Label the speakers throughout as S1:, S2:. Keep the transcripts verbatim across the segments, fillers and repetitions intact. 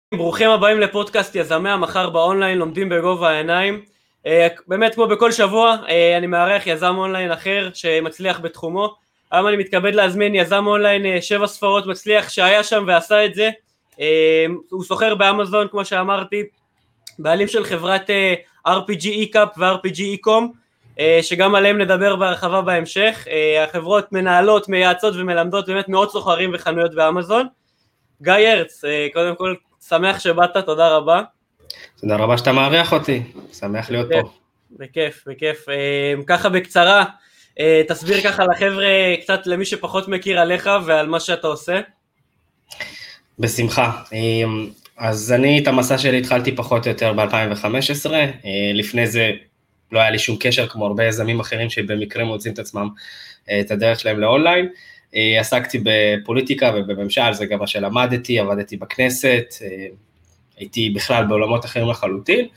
S1: ברוכים הבאים לפודקאסט יזמי המחר באונליין, לומדים בגובה העיניים. באמת כמו בכל שבוע אני מארח יזם אונליין אחר שמצליח בתחומו. היום אני מתכבד להזמין יזם אונליין שבע ספרות מצליח שהיה שם ועשה את זה. הוא סוחר באמזון כמו שאמרתי, בעלים של חברת אר פי ג'י eCap ו-אר פי ג'י eCom, שגם עליהם נדבר בהרחבה בהמשך. החברות מנהלות, מייעצות ומלמדות באמת מאות סוחרים וחנויות באמזון. גיא הרץ, קודם כל שמח שבאת, תודה רבה.
S2: תודה רבה שאתה מארח אותי, שמח להיות פה.
S1: בכיף, בכיף. ככה בקצרה, תסביר ככה לחבר'ה קצת למי שפחות מכיר עליך ועל מה שאתה עושה.
S2: בשמחה. אז אני את המסע שלי התחלתי פחות או יותר ב-אלפיים וחמש עשרה, לפני זה לא היה לי שום קשר כמו הרבה יזמים אחרים שבמקרה מוצאים את עצמם את הדרך שלהם לאונליין. עסקתי בפוליטיקה ובממשל, זה גם מה שלמדתי, עבדתי בכנסת, הייתי בכלל בעולמות אחרים לחלוטין,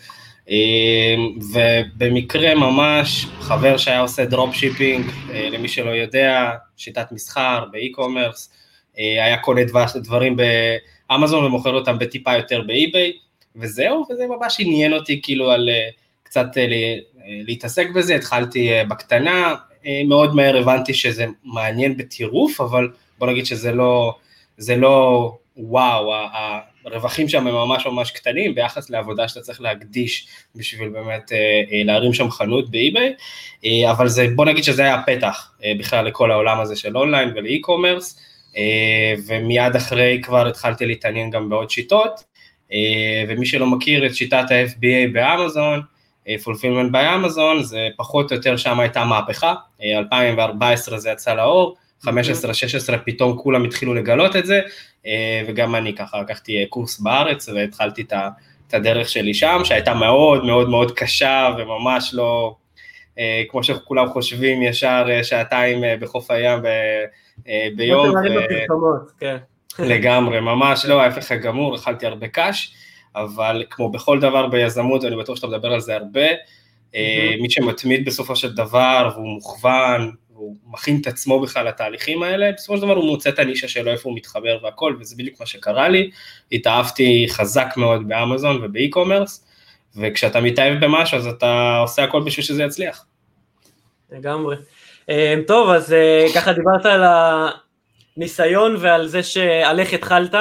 S2: ובמקרה ממש חבר שהיה עושה דרופ שיפינג, למי שלא יודע, שיטת מסחר באי-קומרס, היה קונה דברים באמזון ומוכר אותם בטיפה יותר באי-ביי, וזהו, וזה ממש עניין אותי כאילו על קצת להתעסק בזה, התחלתי בקטנה, מאוד מהר הבנתי שזה מעניין בטירוף, אבל בוא נגיד שזה לא, זה לא וואו, הרווחים שם הם ממש ממש קטנים, ביחס לעבודה שאתה צריך להקדיש, בשביל באמת להרים שם חנות באי-ביי, אבל זה, בוא נגיד שזה היה הפתח, בכלל לכל העולם הזה של אונליין ולאי-קומרס, ומיד אחרי כבר התחלתי להתעניין גם בעוד שיטות, ומי שלא מכיר את שיטת ה-אף בי איי באמזון, fulfillment by Amazon, זה פחות או יותר שם הייתה מהפכה, אלפיים וארבע עשרה זה יצא לאור, חמש עשרה שש עשרה פתאום כולם התחילו לגלות את זה, וגם אני ככה לקחתי קורס בארץ, והתחלתי את הדרך שלי שם, שהייתה מאוד מאוד מאוד קשה, וממש לא, כמו שכולם חושבים, ישר שעתיים בחוף הים ביום, לגמרי, ממש לא, ההפך הגמור, אכלתי הרבה קש, אבל כמו בכל דבר ביזמות, אני בטוח שאתה מדבר על זה הרבה, מי שמתמיד בסופו של דבר, והוא מוכוון, והוא מכין את עצמו בכלל לתהליכים האלה, בסופו של דבר הוא מוצא את הנישה שלו, איפה הוא מתחבר והכל, וזה בדיוק מה שקרה לי, התאהבתי חזק מאוד באמזון ובאי-קומרס, וכשאתה מתאהב במשהו, אז אתה עושה הכל בשביל שזה יצליח.
S1: לגמרי. טוב, אז ככה דיברת על הניסיון ועל זה שעל איך התחלת,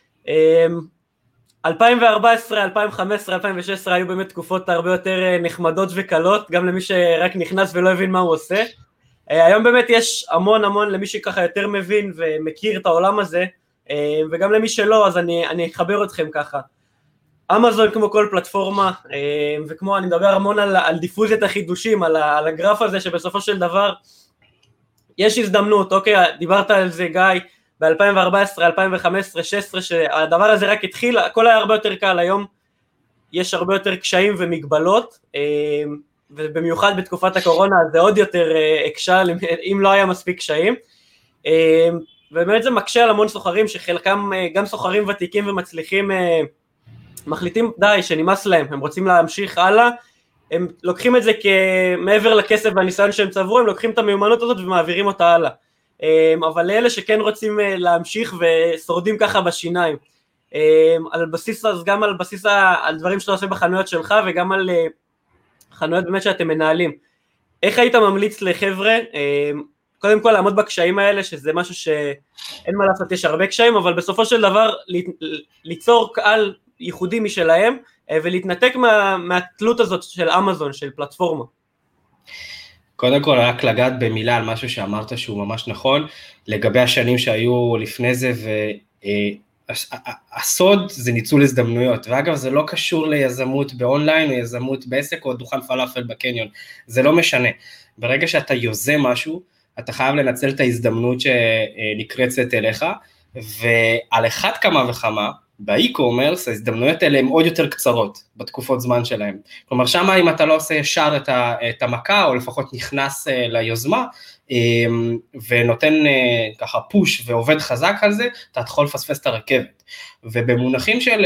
S1: אלפיים וארבע עשרה, אלפיים וחמש עשרה, אלפיים ושש עשרה היו באמת תקופות הרבה יותר נחמדות וקלות, גם למי שרק נכנס ולא הבין מה הוא עושה. היום באמת יש המון המון למי שככה יותר מבין ומכיר את העולם הזה, וגם למי שלא, אז אני, אני אחבר אתכם ככה. אמזון כמו כל פלטפורמה, וכמו אני מדבר המון על, על דיפוזיית החידושים, על, על הגרף הזה שבסופו של דבר יש הזדמנות, אוקיי, דיברת על זה גיא, ב-אלפיים וארבע עשרה, אלפיים וחמש עשרה, שש עשרה, שהדבר הזה רק התחיל, הכל היה הרבה יותר קל, היום יש הרבה יותר קשיים ומגבלות, ובמיוחד בתקופת הקורונה זה עוד יותר הקשה, אם לא היה מספיק קשיים, ובאמת זה מקשה על המון סוחרים, שחלקם גם סוחרים ותיקים ומצליחים, מחליטים די שנמאס להם, הם רוצים להמשיך הלאה, הם לוקחים את זה כמעבר לכסף והניסיון שהם צברו, הם לוקחים את המיומנות הזאת ומעבירים אותה הלאה, אבל לאלה שכן רוצים להמשיך ושורדים ככה בשיניים, על בסיס, אז גם על בסיס הדברים שאתה עושה בחנויות שלך, וגם על חנויות באמת שאתם מנהלים, איך היית ממליץ לחבר'ה, קודם כל לעמוד בקשיים האלה, שזה משהו שאין מה לעשות, יש הרבה קשיים, אבל בסופו של דבר ליצור קהל ייחודי משלהם, ולהתנתק מה, מהתלות הזאת של אמזון, של פלטפורמה.
S2: קודם כל, רק לגעת במילה על משהו שאמרת שהוא ממש נכון, לגבי השנים שהיו לפני זה, והסוד זה ניצול הזדמנויות, ואגב זה לא קשור ליזמות באונליין, או יזמות בעסק, או דוכן פלאפל בקניון, זה לא משנה. ברגע שאתה יוזם משהו, אתה חייב לנצל את ההזדמנות שנקרצת אליך, ועל אחד כמה וכמה, באי-קומרס, ההזדמנויות האלה הן עוד יותר קצרות, בתקופות זמן שלהם. כלומר, שמה אם אתה לא עושה ישר את המכה, או לפחות נכנס ליוזמה, ונותן ככה פוש ועובד חזק על זה, אתה יכול לפספס את הרכבת. ובמונחים של,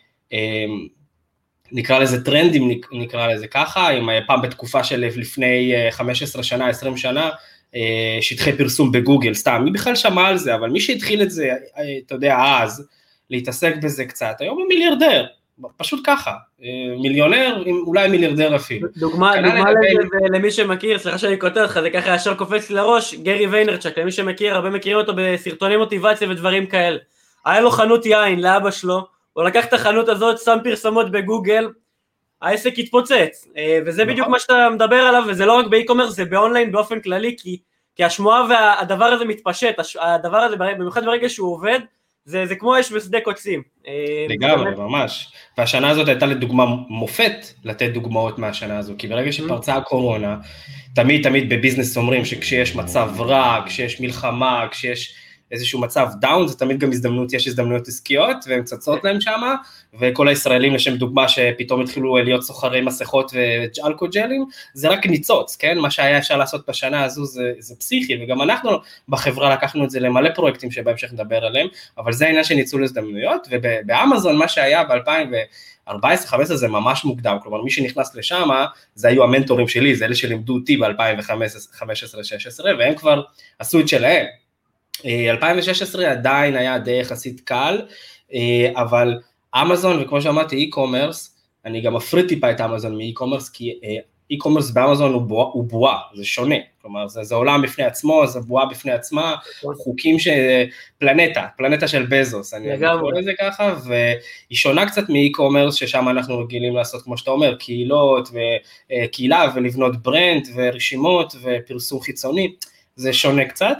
S2: נקרא לזה טרנדים, נקרא לזה ככה, אם פעם בתקופה של לפני חמש עשרה שנה, עשרים שנה, שטחי פרסום בגוגל, סתם, מי בכלל שמע על זה, אבל מי שהתחיל את זה, אתה יודע, אז, להתעסק בזה קצת, היום הוא מיליארדר, פשוט ככה, מיליונר, אולי מיליארדר אפילו.
S1: דוגמה למי שמכיר, סליחה שאני כותב אותך, זה ככה ישר קופץ לראש, גרי ויינרצ'ק, למי שמכיר, הרבה מכירים אותו בסרטוני מוטיבציה ודברים כאלה. היה לו חנות יין לאבא שלו, הוא לקח את החנות הזאת, שם פרסמות בגוגל, העסק התפוצץ, וזה בדיוק מה שאתה מדבר עליו, וזה לא רק באי-קומרס, זה באונליין באופן כללי, כי, כי השמועה והדבר הזה מתפשט, הדבר הזה, במיוחד ברגע שהוא עובד, זה, זה כמו אש בשדה קוצים.
S2: לגמרי, ממש. והשנה הזאת הייתה לדוגמה מופת לתת דוגמאות מהשנה הזו, כי ברגע שפרצה הקורונה, תמיד תמיד בביזנס אומרים שכשיש מצב רע, כשיש מלחמה, כשיש איזשהו מצב דאון, זה תמיד גם הזדמנות, יש הזדמנויות עסקיות, והן צצות להם שמה, וכל הישראלים לשם דוגמה שפתאום התחילו להיות סוחרי מסכות ואלכוג'לים, זה רק ניצוץ, כן? מה שהיה אפשר לעשות בשנה הזו זה, זה פסיכי, וגם אנחנו בחברה לקחנו את זה למלא פרויקטים שבהמשך נדבר עליהם, אבל זה העניין של ניצול הזדמנויות, ובאמזון מה שהיה ב-אלפיים וארבע עשרה חמש עשרה זה ממש מוקדם, כלומר מי שנכנס לשם, זה היו המנטורים שלי, זה אלה שלימדו אותי ב-אלפיים וחמש עשרה שש עשרה, והם כבר עשו את שלהם. אלפיים ושש עשרה עדיין היה די יחסית קל, אבל אמזון, וכמו שאמרתי, אי-קומרס, אני גם מפריד טיפה את אמזון מאי-קומרס, כי אי-קומרס באמזון הוא בועה, הוא בועה, זה שונה, כלומר זה, זה עולם בפני עצמו, זה בועה בפני עצמה, חוקים שפלנטה, פלנטה של בזוס, אני קורא לזה ככה, והיא שונה קצת מאי-קומרס, ששם אנחנו רגילים לעשות, כמו שאתה אומר, קהילות וקהילה, ולבנות ברנד ורשימות ופרסום חיצוני, זה שונה קצת,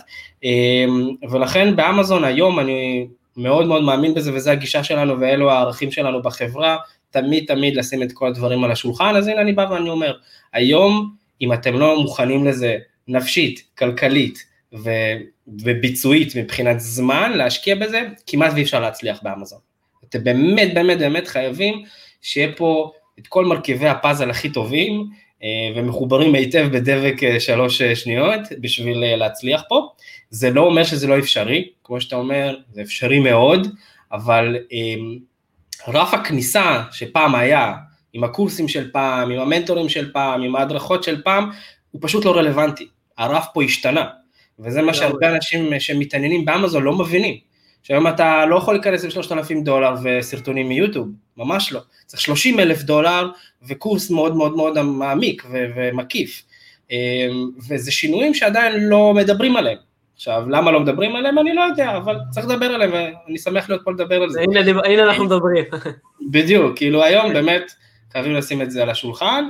S2: ולכן באמזון היום אני מאוד מאוד מאמין בזה, וזה הגישה שלנו, ואלו הערכים שלנו בחברה, תמיד תמיד לשים את כל הדברים על השולחן, אז הנה אני בא ואני אומר, היום אם אתם לא מוכנים לזה נפשית, כלכלית וביצועית מבחינת זמן, להשקיע בזה, כמעט ואי אפשר להצליח באמזון. אתם באמת באמת באמת חייבים שיהיה פה את כל מרכיבי הפאזל הכי טובים, ומחוברים היטב בדבק שלוש שניות, בשביל להצליח פה. זה לא אומר שזה לא אפשרי, כמו שאתה אומר, זה אפשרי מאוד, אבל רף הכניסה שפעם היה, עם הקורסים של פעם, עם המנטורים של פעם, עם ההדרכות של פעם, הוא פשוט לא רלוונטי. הרף פה השתנה, וזה מה שהרבה אנשים שמתעניינים באמזון לא מבינים. שהיום אתה לא יכול להיכנס עם שלושת אלפים דולר וסרטונים מיוטיוב, ממש לא. צריך שלושים אלף דולר וקורס מאוד מאוד מאוד מעמיק ו- ומקיף. וזה שינויים שעדיין לא מדברים עליהם. עכשיו, למה לא מדברים עליהם? אני לא יודע, אבל צריך לדבר עליהם, ואני שמח להיות פה לדבר על זה.
S1: הנה, הנה אנחנו מדברים.
S2: בדיוק, כאילו היום באמת חייבים לשים את זה על השולחן,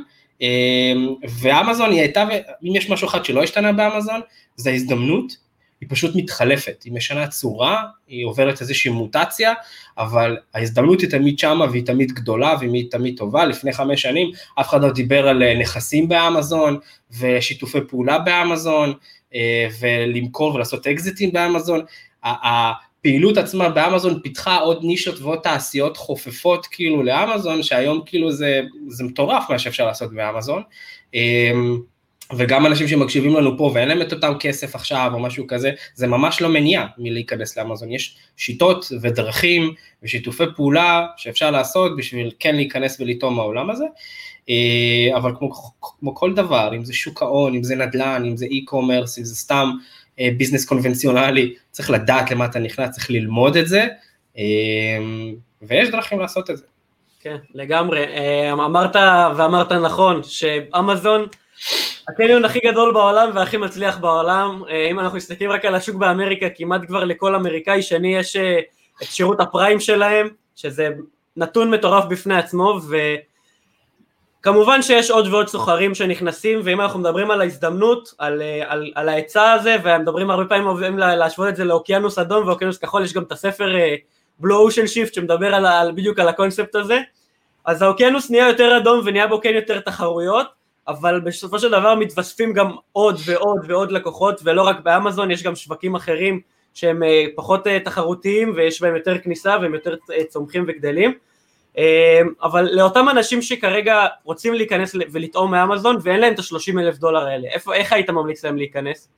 S2: ואמזון היא הייתה, אם יש משהו אחד שלא השתנה באמזון, זה ההזדמנות, היא פשוט מתחלפת, היא משנה צורה, היא עוברת איזושהי מוטציה, אבל ההזדמנות היא תמיד שמה, והיא תמיד גדולה, והיא תמיד טובה. לפני חמש שנים, אף אחד לא דיבר על נכסים באמזון, ושיתופי פעולה באמזון, ולמכור ולעשות אקזיטים באמזון. הפעילות עצמה באמזון פיתחה עוד נישות ועוד תעשיות חופפות כאילו לאמזון, שהיום כאילו זה, זה מטורף מה שאפשר לעשות באמזון, וגם אנשים שמקשיבים לנו פה ואין להם את אותם כסף עכשיו או משהו כזה, זה ממש לא מניע מלהיכנס לאמזון, יש שיטות ודרכים ושיתופי פעולה שאפשר לעשות בשביל כן להיכנס ולטעום מהעולם הזה, אבל כמו, כמו כל דבר, אם זה שוק ההון, אם זה נדל"ן, אם זה אי-קומרס, אם זה סתם ביזנס קונבנציונלי, צריך לדעת למה אתה נכנס, צריך ללמוד את זה, ויש דרכים לעשות את זה.
S1: כן, לגמרי, אמרת ואמרת נכון, שאמזון, הקניון הכי גדול בעולם והכי מצליח בעולם, אם אנחנו מסתכלים רק על השוק באמריקה, כמעט כבר לכל אמריקאי שני יש את שירות הפריים שלהם, שזה נתון מטורף בפני עצמו, וכמובן שיש עוד ועוד סוחרים שנכנסים, ואם אנחנו מדברים על ההזדמנות, על, על, על ההיצע הזה, ומדברים הרבה פעמים אוהבים להשוות את זה לאוקיינוס אדום ואוקיינוס כחול, יש גם את הספר Blue Ocean Shift שמדבר על, על, בדיוק על הקונספט הזה, אז האוקיינוס נהיה יותר אדום ונהיה בו כן יותר תחרויות, אבל בסופו של דבר מתווספים גם עוד ועוד ועוד לקוחות, ולא רק באמזון, יש גם שווקים אחרים שהם פחות תחרותיים, ויש בהם יותר כניסה והם יותר צומחים וגדלים, אבל לאותם אנשים שכרגע רוצים להיכנס ולטעום מאמזון, ואין להם את ה-שלושים אלף דולר האלה, איפה, איך היית ממליץ להם להיכנס?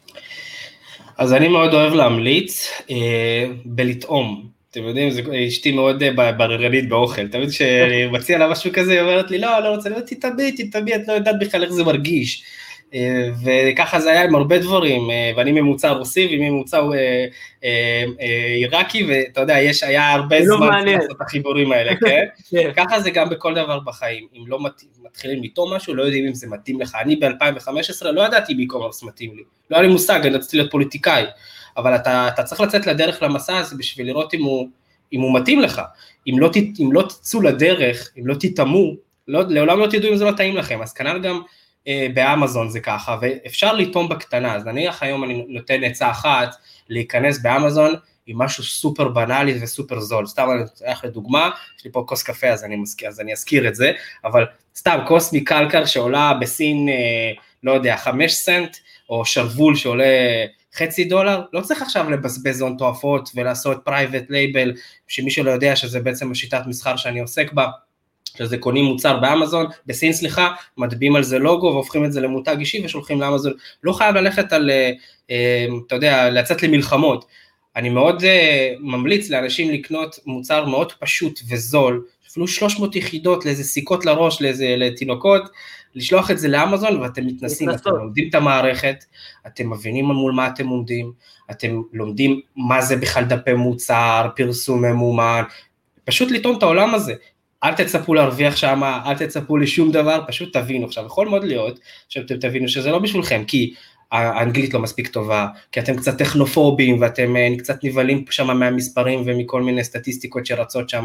S2: אז אני מאוד אוהב להמליץ אה, בלטעום. אתם יודעים, אשתי מאוד בררנית באוכל, תמיד כשאני מציע לה משהו כזה, היא אומרת לי, לא, לא רוצה, תתאבי, תתאבי, את לא יודעת בכלל איך זה מרגיש, וככה זה היה עם הרבה דברים, ואני ממוצע רוסי, ומי ממוצע עיראקי, ואתה יודע, יש, היה הרבה זמן לעשות את החיבורים האלה, כן? ככה זה גם בכל דבר בחיים, אם לא מתחילים לטעום משהו, לא יודעים אם זה מתאים לך, אני ב-אלפיים וחמש עשרה לא ידעתי אם e-commerce מתאים לי, לא היה לי מושג, אני רציתי להיות פוליטיקאי, אבל אתה, אתה צריך לצאת לדרך למסע הזה, בשביל לראות אם הוא, אם הוא מתאים לך, אם לא, אם לא תצאו לדרך, אם לא תתאמו, לא, לעולם לא תדעו אם זה לא טעים לכם, אז כנ"ל גם באמזון זה ככה, ואפשר לטעום בקטנה, אז נניח היום אני נותן עצה אחת, להיכנס באמזון עם משהו סופר בנאלי וסופר זול, סתם אני אתן לדוגמה, יש לי פה כוס קפה אז אני, מזכיר, אז אני אזכיר את זה, אבל סתם כוס מקלקר שעולה בסין, לא יודע, חמש סנט, או שרוול שעולה חצי דולר, לא צריך עכשיו לבזבז הון תועפות, ולעשות פרייבט לייבל, שמי שלא יודע שזה בעצם השיטת מסחר שאני עוסק בה, שזה קונים מוצר באמזון, בסין סליחה, מדביעים על זה לוגו, והופכים את זה למותג אישי, ושולחים לאמזון, לא חייב ללכת על, אתה יודע, לצאת למלחמות, אני מאוד ממליץ לאנשים לקנות מוצר מאוד פשוט וזול, אפילו שלוש מאות יחידות לאיזה סיכות לראש, לאיזה לתינוקות, לשלוח את זה לאמזון, ואתם מתנסים, אתם לומדים את המערכת, אתם מבינים מול מה אתם עומדים, אתם לומדים מה זה בכלל דפי מוצר, פרסום ממומן, פשוט לטעום את העולם הזה, אל תצפו להרוויח שם, אל תצפו לשום דבר, פשוט תבינו. עכשיו, יכול מאוד להיות שאתם תבינו שזה לא בשבילכם, כי האנגלית לא מספיק טובה, כי אתם קצת טכנופובים, ואתם קצת נבלים שם מהמספרים, ומכל מיני סטטיסטיקות שרצות שם,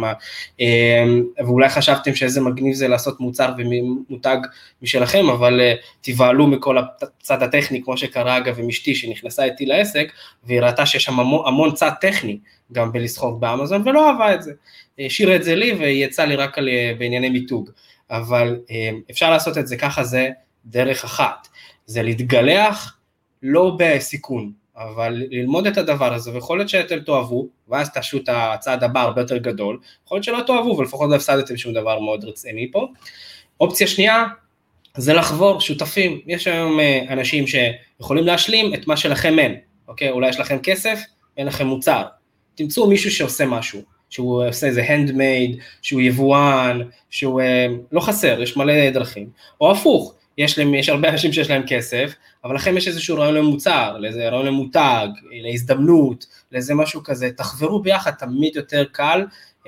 S2: ואולי חשבתם שאיזה מגניב זה לעשות מוצר ומותג משלכם, אבל תבעלו מכל הצד הטכני, כמו שקרה אגב עם אשתי, שנכנסה איתי לעסק, והיא ראתה שיש שם המון צד טכני, גם בלסחור באמזון, ולא אהבה את זה. השאירה את זה לי, והיא יצאה לי רק על, בענייני מיתוג, אבל אפשר לעשות את זה ככה, זה דרך אחת, זה להתגלח, לא בסיכון, אבל ללמוד את הדבר הזה, ויכול להיות שאתם תאהבו, ואז תעשו את הצעד הבא הרבה יותר גדול, יכול להיות שלא תאהבו, ולפחות לא הפסדתם שום דבר מאוד רציני פה. אופציה שנייה, זה לחבור שותפים, יש היום אנשים שיכולים להשלים את מה שלכם אין, אוקיי? אולי יש לכם כסף, אין לכם מוצר, תמצאו מישהו שעושה משהו, שהוא עושה איזה handmade, שהוא יבואן, שהוא לא חסר, יש מלא דרכים, או הפוך, יש, להם, יש הרבה אנשים שיש להם כסף, אבל לכם יש איזשהו רעיון למוצר, לאיזה רעיון למותג, להזדמנות, לאיזה משהו כזה, תחברו ביחד, תמיד יותר קל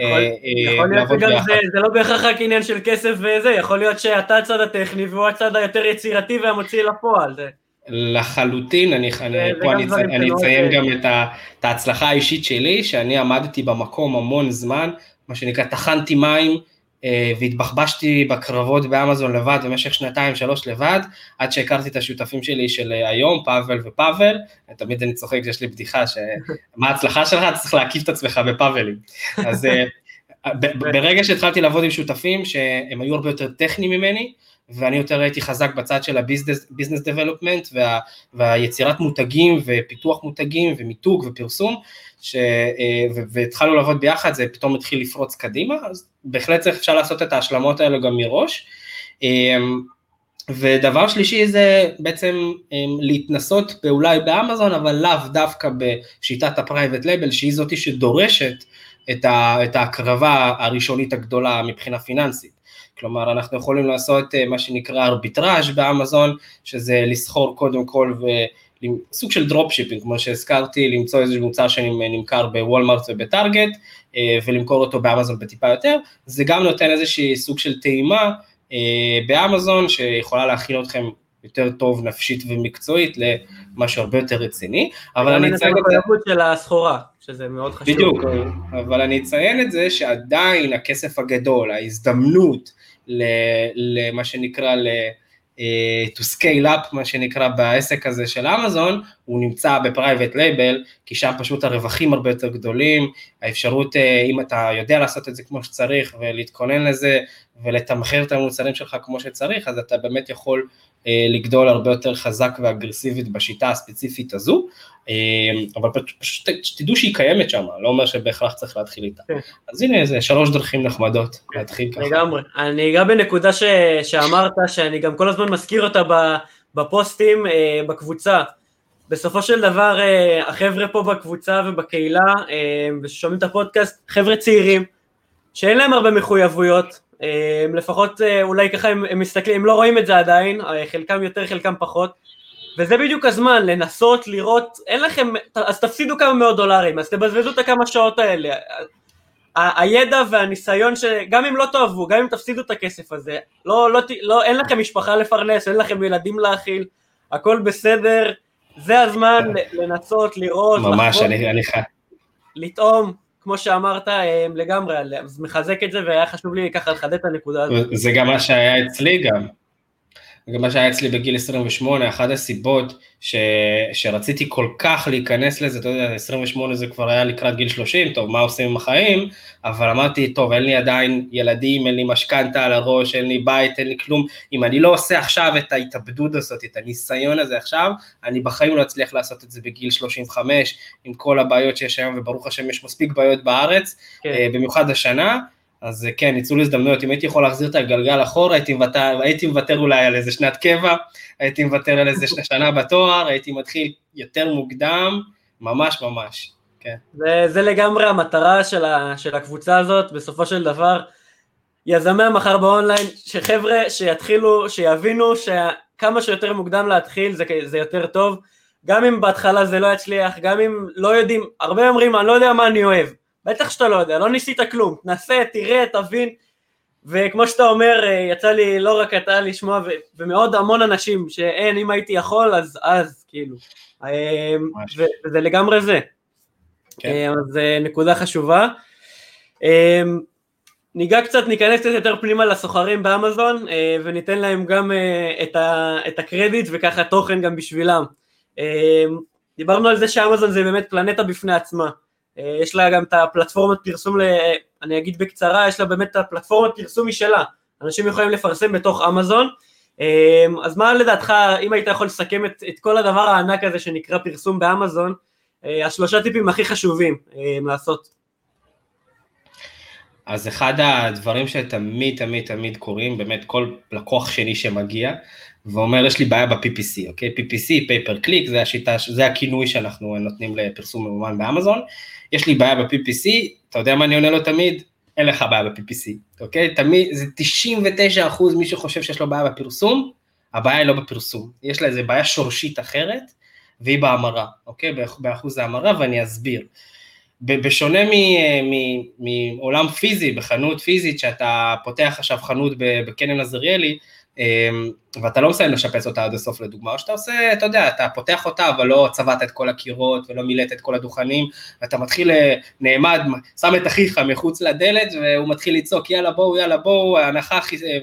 S2: לעבוד ביחד.
S1: זה לא בהכרח רק עניין של כסף וזה, יכול להיות שאתה הצד הטכני, והוא הצד היותר יצירתי והמוציא לפועל.
S2: לחלוטין, אני, אני, פה אני, אני אציין גם את, ה, את ההצלחה האישית שלי, שאני עמדתי במקום המון זמן, מה שנקרא, תחנתי מים, והתבחבשתי בקרבות באמזון לבד, במשך שנתיים, שלוש לבד, עד שהכרתי את השותפים שלי של היום, פאבל ופאבל, תמיד אני צוחק, יש לי בדיחה, מה ההצלחה שלך? אתה צריך להקיף את עצמך בפאבלים. אז ברגע שהתחלתי לעבוד עם שותפים, שהם היו הרבה יותר טכניים ממני, ואני יותר הייתי חזק בצד של הביזנס דבלופמנט, והיצירת מותגים, ופיתוח מותגים, ומיתוג ופרסום, והתחלנו לעבוד ביחד, זה פתאום התחיל לפרוץ קדימה, אז בהחלט צריך אפשר לעשות את ההשלמות האלו גם מראש, ודבר שלישי זה בעצם להתנסות אולי באמזון, אבל לאו דווקא בשיטת הפרייבט לייבל, שהיא זאתי שדורשת את ההקרבה הראשונית הגדולה מבחינה פיננסית, כלומר אנחנו יכולים לעשות מה שנקרא ארביטראז' באמזון, שזה לסחור קודם כל ו... סוג של דרופשיפינג, כמו שהזכרתי, למצוא איזשהו מוצר שנמכר בוולמארט ובטארגט, ולמכור אותו באמזון בטיפה יותר, זה גם נותן איזושהי סוג של טעימה באמזון, שיכולה להכין אתכם יותר טוב נפשית ומקצועית, למשהו הרבה יותר רציני, אבל אני אציין את זה...
S1: המחויבות של הסחורה, שזה מאוד חשוב.
S2: בדיוק, אבל אני אציין את זה, שעדיין הכסף הגדול, ההזדמנות, למה שנקרא ל... to scale up, מה שנקרא בעסק הזה של אמזון, הוא נמצא בפרייבט לייבל, כי שם פשוט הרווחים הרבה יותר גדולים, האפשרות, אם אתה יודע לעשות את זה כמו שצריך, ולהתכונן לזה, ולתמחר את המוצרים שלך כמו שצריך, אז אתה באמת יכול לגדול הרבה יותר חזק ואגרסיבית בשיטה הספציפית הזו, אבל פשוט תדעו שהיא קיימת שם, לא אומר שבהכרח צריך להתחיל איתה. אז הנה איזה שלוש דרכים נחמדות להתחיל ככה.
S1: לגמרי, אני אגע בנקודה שאמרת, שאני גם כל הזמן מזכיר אותה בפוסטים, בקבוצה, בסופו של דבר החבר'ה פה בקבוצה ובקהילה, וששומעים את הפודקאסט, חבר'ה צעירים, שאין להם הרבה מחויבויות, לפחות אולי ככה הם, הם מסתכלים, הם לא רואים את זה עדיין, חלקם יותר, חלקם פחות, וזה בדיוק הזמן לנסות, לראות, אין לכם, אז תפסידו כמה מאות דולרים, אז תבזבזו את הכמה שעות האלה, ה- הידע והניסיון שגם אם לא תאהבו, גם אם תפסידו את הכסף הזה, לא, לא, לא, אין לכם משפחה לפרנס, אין לכם ילדים להאכיל, הכל בסדר, זה הזמן לנסות, לראות,
S2: ממש,
S1: לחוות,
S2: אני, אני חי.
S1: לטעום, כמו שאמרת, לגמרי, אז מחזק את זה, והיה חשוב לי ככה לחדד את הנקודה הזאת.
S2: זה גם מה שהיה אצלי גם. גם מה שהיה אצלי בגיל עשרים ושמונה, אחת הסיבות ש, שרציתי כל כך להיכנס לזה, אתה יודע, עשרים ושמונה זה כבר היה לקראת גיל שלושים, טוב, מה עושים עם החיים, אבל אמרתי, טוב, אין לי עדיין ילדים, אין לי משכנתה על הראש, אין לי בית, אין לי כלום, אם אני לא עושה עכשיו את ההתאבדות הזאת, את הניסיון הזה עכשיו, אני בחיים לא אצליח לעשות את זה בגיל שלושים וחמש, עם כל הבעיות שיש היום, וברוך השם יש מספיק בעיות בארץ, כן. במיוחד השנה, אז כן, ניצול הזדמנויות, אם הייתי יכול להחזיר את הגלגל אחורה, הייתי מוותר, הייתי מוותר אולי על איזה שנת קבע, הייתי מוותר על איזה שנה בתואר, הייתי מתחיל יותר מוקדם, ממש ממש, כן.
S1: זה, זה לגמרי המטרה של, ה, של הקבוצה הזאת, בסופו של דבר, יזמי המחר באונליין, שחבר'ה שיתחילו, שיבינו שכמה שיותר מוקדם להתחיל, זה, זה יותר טוב, גם אם בהתחלה זה לא יצליח, גם אם לא יודעים, הרבה אומרים, אני לא יודע מה אני אוהב, בטח שאתה לא יודע, לא ניסית כלום, תנסה, תראה, תבין, וכמו שאתה אומר, יצא לי לא רק אתה לשמוע, ו- ומאוד המון אנשים, שאין, אם הייתי יכול, אז, אז, כאילו, ו- וזה לגמרי זה. כן. אז זה נקודה חשובה. ניגע קצת, ניכנס קצת יותר פנימה לסוחרים באמזון, וניתן להם גם את, ה- את הקרדיט, וככה תוכן גם בשבילם. דיברנו על זה שאמזון זה באמת פלנטה בפני עצמה, יש לה גם את הפלטפורמת פרסום, אני אגיד בקצרה, יש לה באמת את הפלטפורמת פרסום משלה, אנשים יכולים לפרסם בתוך אמזון, אז מה לדעתך, אם היית יכול לסכם את, את כל הדבר הענק הזה שנקרא פרסום באמזון, השלושה טיפים הכי חשובים לעשות?
S2: אז אחד הדברים שתמיד תמיד תמיד קורים, באמת כל לקוח שני שמגיע, ואומר יש לי בעיה ב-פי פי סי, אוקיי? פי פי סי, פייפר קליק, זה השיטה, זה הכינוי שאנחנו נותנים לפרסום ממומן באמזון, יש לי בעיה ב-פי פי סי, אתה יודע מה אני עונה לו תמיד? אין לך בעיה ב-פי פי סי, אוקיי? תמיד, זה תשעים ותשעה אחוז מי שחושב שיש לו בעיה בפרסום, הבעיה היא לא בפרסום, יש לה איזו בעיה שורשית אחרת, והיא בהמרה, אוקיי? באחוז ההמרה, ואני אסביר. בשונה מעולם פיזי, בחנות פיזית, שאתה פותח עכשיו חנות בקניון עזריאלי, ואתה לא מסיים לשפץ אותה עד הסוף לדוגמה, או שאתה עושה, אתה יודע, אתה פותח אותה, אבל לא צבעת את כל הקירות, ולא מילאת את כל הדוכנים, ואתה מתחיל נעמד, שם את אחיך מחוץ לדלת, והוא מתחיל לצעוק, יאללה בואו, יאללה בואו, הנחה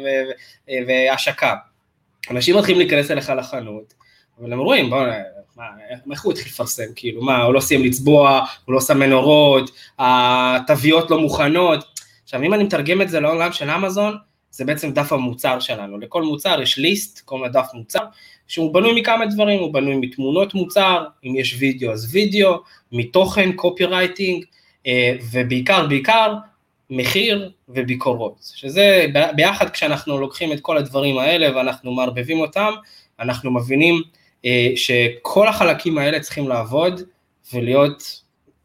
S2: והשקה. אנשים מתחילים להיכנס אליך לחנות, אבל הם רואים, בואו, איך הוא התחיל לפרסם, כאילו, מה, הוא לא סיים לצבוע, הוא לא שם מנורות, התוויות לא מוכנות. עכשיו, אם אני מתרגם את זה לעולם של אמזון, זה בעצם דף המוצר שלנו. לכל מוצר יש ליסט, קוראים לדף מוצר, שהוא בנוי מכמה דברים, הוא בנוי מתמונות מוצר, אם יש וידאו אז וידאו, מתוכן, קופי רייטינג, ובעיקר, בעיקר, מחיר וביקורות. שזה ביחד כשאנחנו לוקחים את כל הדברים האלה, ואנחנו מערבבים אותם, אנחנו מבינים שכל החלקים האלה צריכים לעבוד, ולהיות,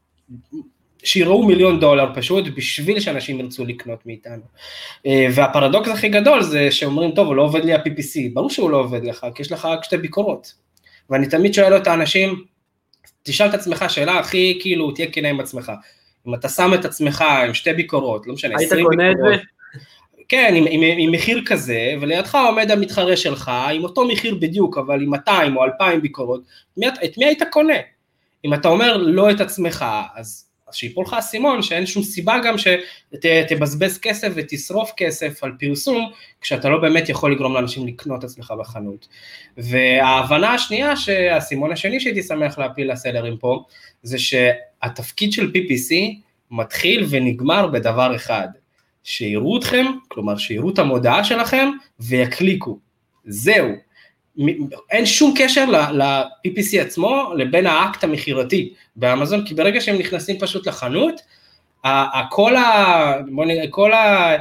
S2: שיראו מיליון דולר פשוט, בשביל שאנשים ירצו לקנות מאיתנו. והפרדוקס הכי גדול זה שאומרים, טוב, הוא לא עובד לי ה-פי פי סי, ברור שהוא לא עובד לך, כי יש לך רק שתי ביקורות. ואני תמיד שואל את האנשים, תשאל את עצמך שאלה הכי, כאילו, תהיה כנה עם עצמך. אם אתה שם את עצמך עם שתי ביקורות, לא משנה, עשרים ביקורות. היית קונה את זה? כן, עם, עם, עם מחיר כזה, ולידך עומד המתחרה שלך, עם אותו מחיר בדיוק, אבל עם מאתיים או אלפיים ביקורות, מי, את מי היית קונה? אם אתה אומר לא את עצמך, אז, אז שיפול לך הסימון, שאין שום סיבה גם שתבזבז כסף ותשרוף כסף על פרסום, כשאתה לא באמת יכול לגרום לאנשים לקנות אצלך בחנות. וההבנה השנייה, שהסימון השני שהייתי שמח להפיל לסלרים פה, זה שהתפקיד של פי פי סי מתחיל ונגמר בדבר אחד, שיראו אתכם, כלומר שיראו את המודעה שלכם ויקליקו, זהו, אין שום קשר ל-פי פי סי עצמו לבין האקט המחירתי באמזון, כי ברגע שהם נכנסים פשוט לחנות, כל ה... כל ה...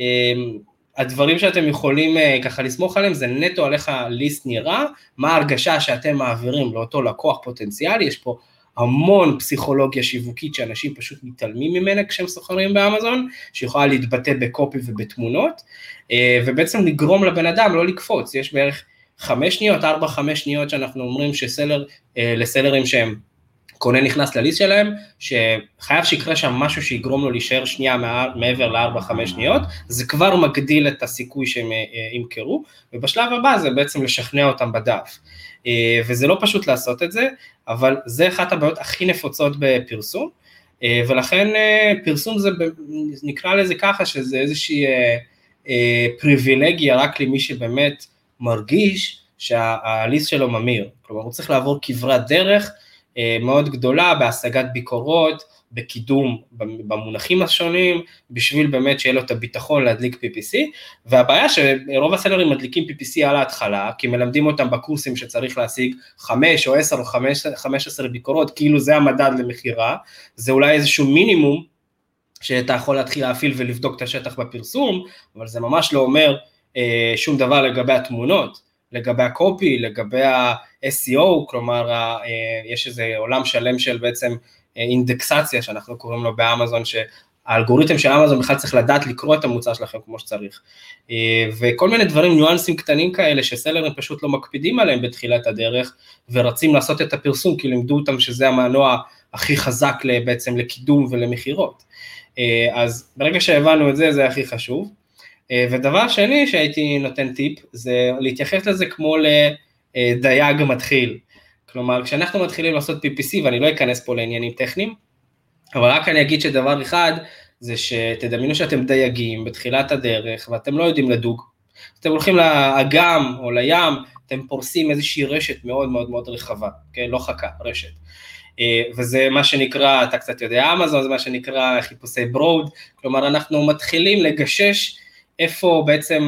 S2: הדברים שאתם יכולים ככה לסמוך עליהם, זה נטו עליך ליסט נראה, מה ההרגשה שאתם מעבירים לאותו לקוח פוטנציאלי, יש פה המון פסיכולוגיה שיווקית שאנשים פשוט מתעלמים ממנה כשהם סוחרים באמזון, שיכולה להתבטא בקופי ובתמונות, ובעצם לגרום לבן אדם לא לקפוץ, יש בערך חמש שניות, ארבע, חמש שניות שאנחנו אומרים שסלר, לסלרים שהם קונה נכנס לליסט שלהם, שחייב שיקרה שם משהו שיגרום לו להישאר שנייה מעבר לארבע, חמש שניות, זה כבר מגדיל את הסיכוי שהם ימכרו, ובשלב הבא זה בעצם לשכנע אותם בדף. וזה לא פשוט לעשות את זה, אבל זה אחת הבעיות הכי נפוצות בפרסום, ולכן פרסום זה, נקרא לזה ככה, שזה איזושהי פריבילגיה רק למי שבאמת מרגיש שהליסט שלו ממיר, כלומר הוא צריך לעבור כברת דרך מאוד גדולה בהשגת ביקורות, בקידום במונחים השונים, בשביל באמת שיהיה לו את הביטחון להדליק פי פי סי, והבעיה שרוב הסלרים מדליקים פי פי סי על ההתחלה, כי מלמדים אותם בקורסים שצריך להשיג חמש או עשר או חמש עשרה ביקורות, כאילו זה המדד למחירה, זה אולי איזשהו מינימום, שאתה יכול להתחיל להפעיל ולבדוק את השטח בפרסום, אבל זה ממש לא אומר אה, שום דבר לגבי התמונות, לגבי הקופי, לגבי ה-אס אי או, כלומר, אה, יש איזה עולם שלם של בעצם אה, אינדקסציה, שאנחנו קוראים לו באמזון, שהאלגוריתם של אמזון בכלל צריך לדעת לקרוא את המוצר שלכם כמו שצריך, אה, וכל מיני דברים, ניואנסים קטנים כאלה, שסלרים פשוט לא מקפידים עליהם בתחילת הדרך, ורצים לעשות את הפרסום, כי לימדו אותם שזה המנוע הכי חזק בעצם לקידום ולמחירות. אז ברגע שהבנו את זה, זה הכי חשוב. ודבר שני שהייתי נותן טיפ, זה להתייחס לזה כמו לדייג מתחיל. כלומר, כשאנחנו מתחילים לעשות פי פי סי, ואני לא אכנס פה לעניינים טכניים, אבל רק אני אגיד שדבר אחד, זה שתדמיינו שאתם דייגים בתחילת הדרך, ואתם לא יודעים לדוג. אתם הולכים לאגם או לים, אתם פורסים איזושהי רשת מאוד מאוד מאוד רחבה, כן? לא חכה, רשת. וזה מה שנקרא, אתה קצת יודע, אמזון, זה מה שנקרא חיפושי ברוד, כלומר אנחנו מתחילים לגשש איפה בעצם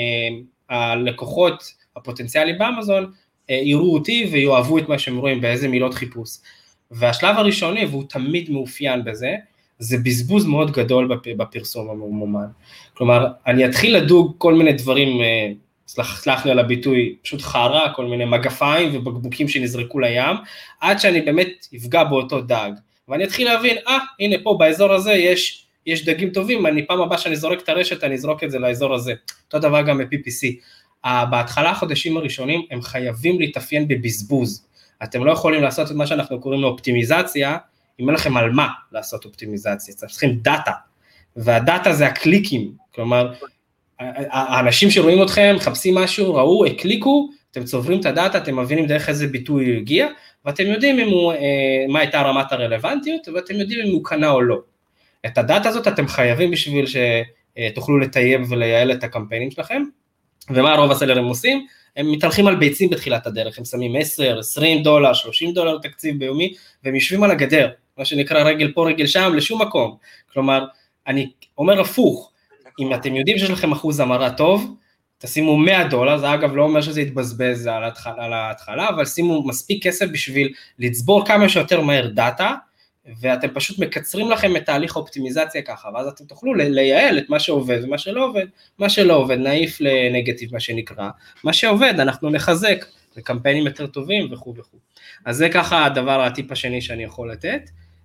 S2: הלקוחות הפוטנציאליים באמזון יראו אותי ויואהבו את מה שהם רואים באיזה מילות חיפוש. והשלב הראשוני, והוא תמיד מאופיין בזה, זה בזבוז מאוד גדול בפרסום הממומן. כלומר, אני אתחיל לדוג כל מיני דברים, סלח, סלח לי על הביטוי, פשוט חרה, כל מיני מגפיים ובקבוקים שנזרקו לים, עד שאני באמת אפגע באותו דג. ואני אתחיל להבין, אה, הנה פה באזור הזה יש, יש דגים טובים, אני פעם הבאה שאני זורק את הרשת, אני אזרוק את זה לאזור הזה. אותו דבר גם ב-פי פי סי. בהתחלה החודשים הראשונים, הם חייבים להתאפיין בבזבוז. אתם לא יכולים לעשות את מה שאנחנו קוראים לו אופטימיזציה, אם אין לכם על מה לעשות אופטימיזציה, צריכים דאטה. והדאטה זה הקליקים, כלומר, האנשים שרואים אתכם, מחפשים משהו, ראו, הקליקו, אתם צוברים את הדאטה, אתם מבינים דרך איזה ביטוי הוא הגיע, ואתם יודעים אם הוא, מה הייתה רמת הרלוונטיות, ואתם יודעים אם הוא קנה או לא. את הדאטה הזאת אתם חייבים בשביל שתוכלו לטייב ולייעל את הקמפיינים שלכם, ומה רוב הסלרים עושים? הם מתהלכים על ביצים בתחילת הדרך, הם שמים עשר, עשרים דולר, שלושים דולר תקציב ביומי, והם יושבים על הגדר, מה שנקרא רגל פה, רגל שם, לשום מקום. כלומר, אני אומר הפוך, אם אתם יודעים שיש לכם אחוז המרה טוב, תשימו מאה דולר, זה אגב לא אומר שזה יתבזבז על ההתחלה, על ההתחלה, אבל שימו מספיק כסף בשביל לצבור כמה שיותר מהר דאטה, ואתם פשוט מקצרים לכם את תהליך האופטימיזציה ככה, ואז אתם תוכלו לייעל את מה שעובד ומה שלא עובד, מה שלא עובד נעיף לנגטיב מה שנקרא, מה שעובד אנחנו נחזק, לקמפיינים יותר טובים וכו' וכו'. אז זה ככה הדבר, הטיפ השני שאני יכול לתת.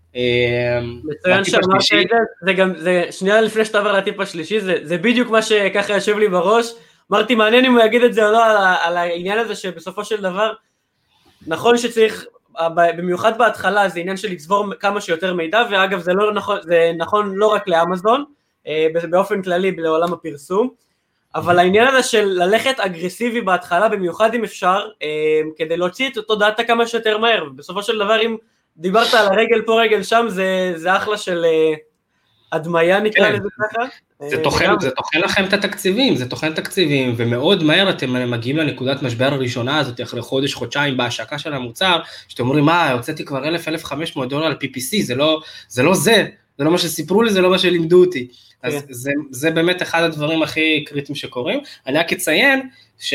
S1: מצוין שאמרת את זה, זה גם, זה שנייה לפני שתעבר לטיפ השלישי, זה, זה בדיוק מה שככה יושב לי בראש, אמרתי מעניין אם הוא יגיד את זה או לא, על, על העניין הזה שבסופו של דבר, נכון שצריך, במיוחד בהתחלה זה עניין של לצבור כמה שיותר מידע, ואגב זה לא נכון, זה נכון לא רק לאמזון, באופן כללי לעולם הפרסום, אבל העניין הזה של ללכת אגרסיבי בהתחלה, במיוחד אם אפשר, כדי להוציא את אותו דאטה כמה שיותר מהר, ובסופו של דבר אם דיברת על הרגל פה רגל שם, זה, זה אחלה של הדמיה נקרא לזה ככה.
S2: זה תוכן, זה תוכן לכם את התקציבים, זה תוכן תקציבים, ומאוד מהר אתם מגיעים לנקודת משבר הראשונה הזאת, אחרי חודש, חודשיים בהשקה של המוצר, שאתם אומרים, מה, הוצאתי כבר אלף, אלף וחמש מאות דולר על פי פי סי, זה לא, זה לא זה, זה לא מה שסיפרו לי, זה לא מה שלימדו אותי. אז זה, זה באמת אחד הדברים הכי קריטיים שקורים. אני רק אציין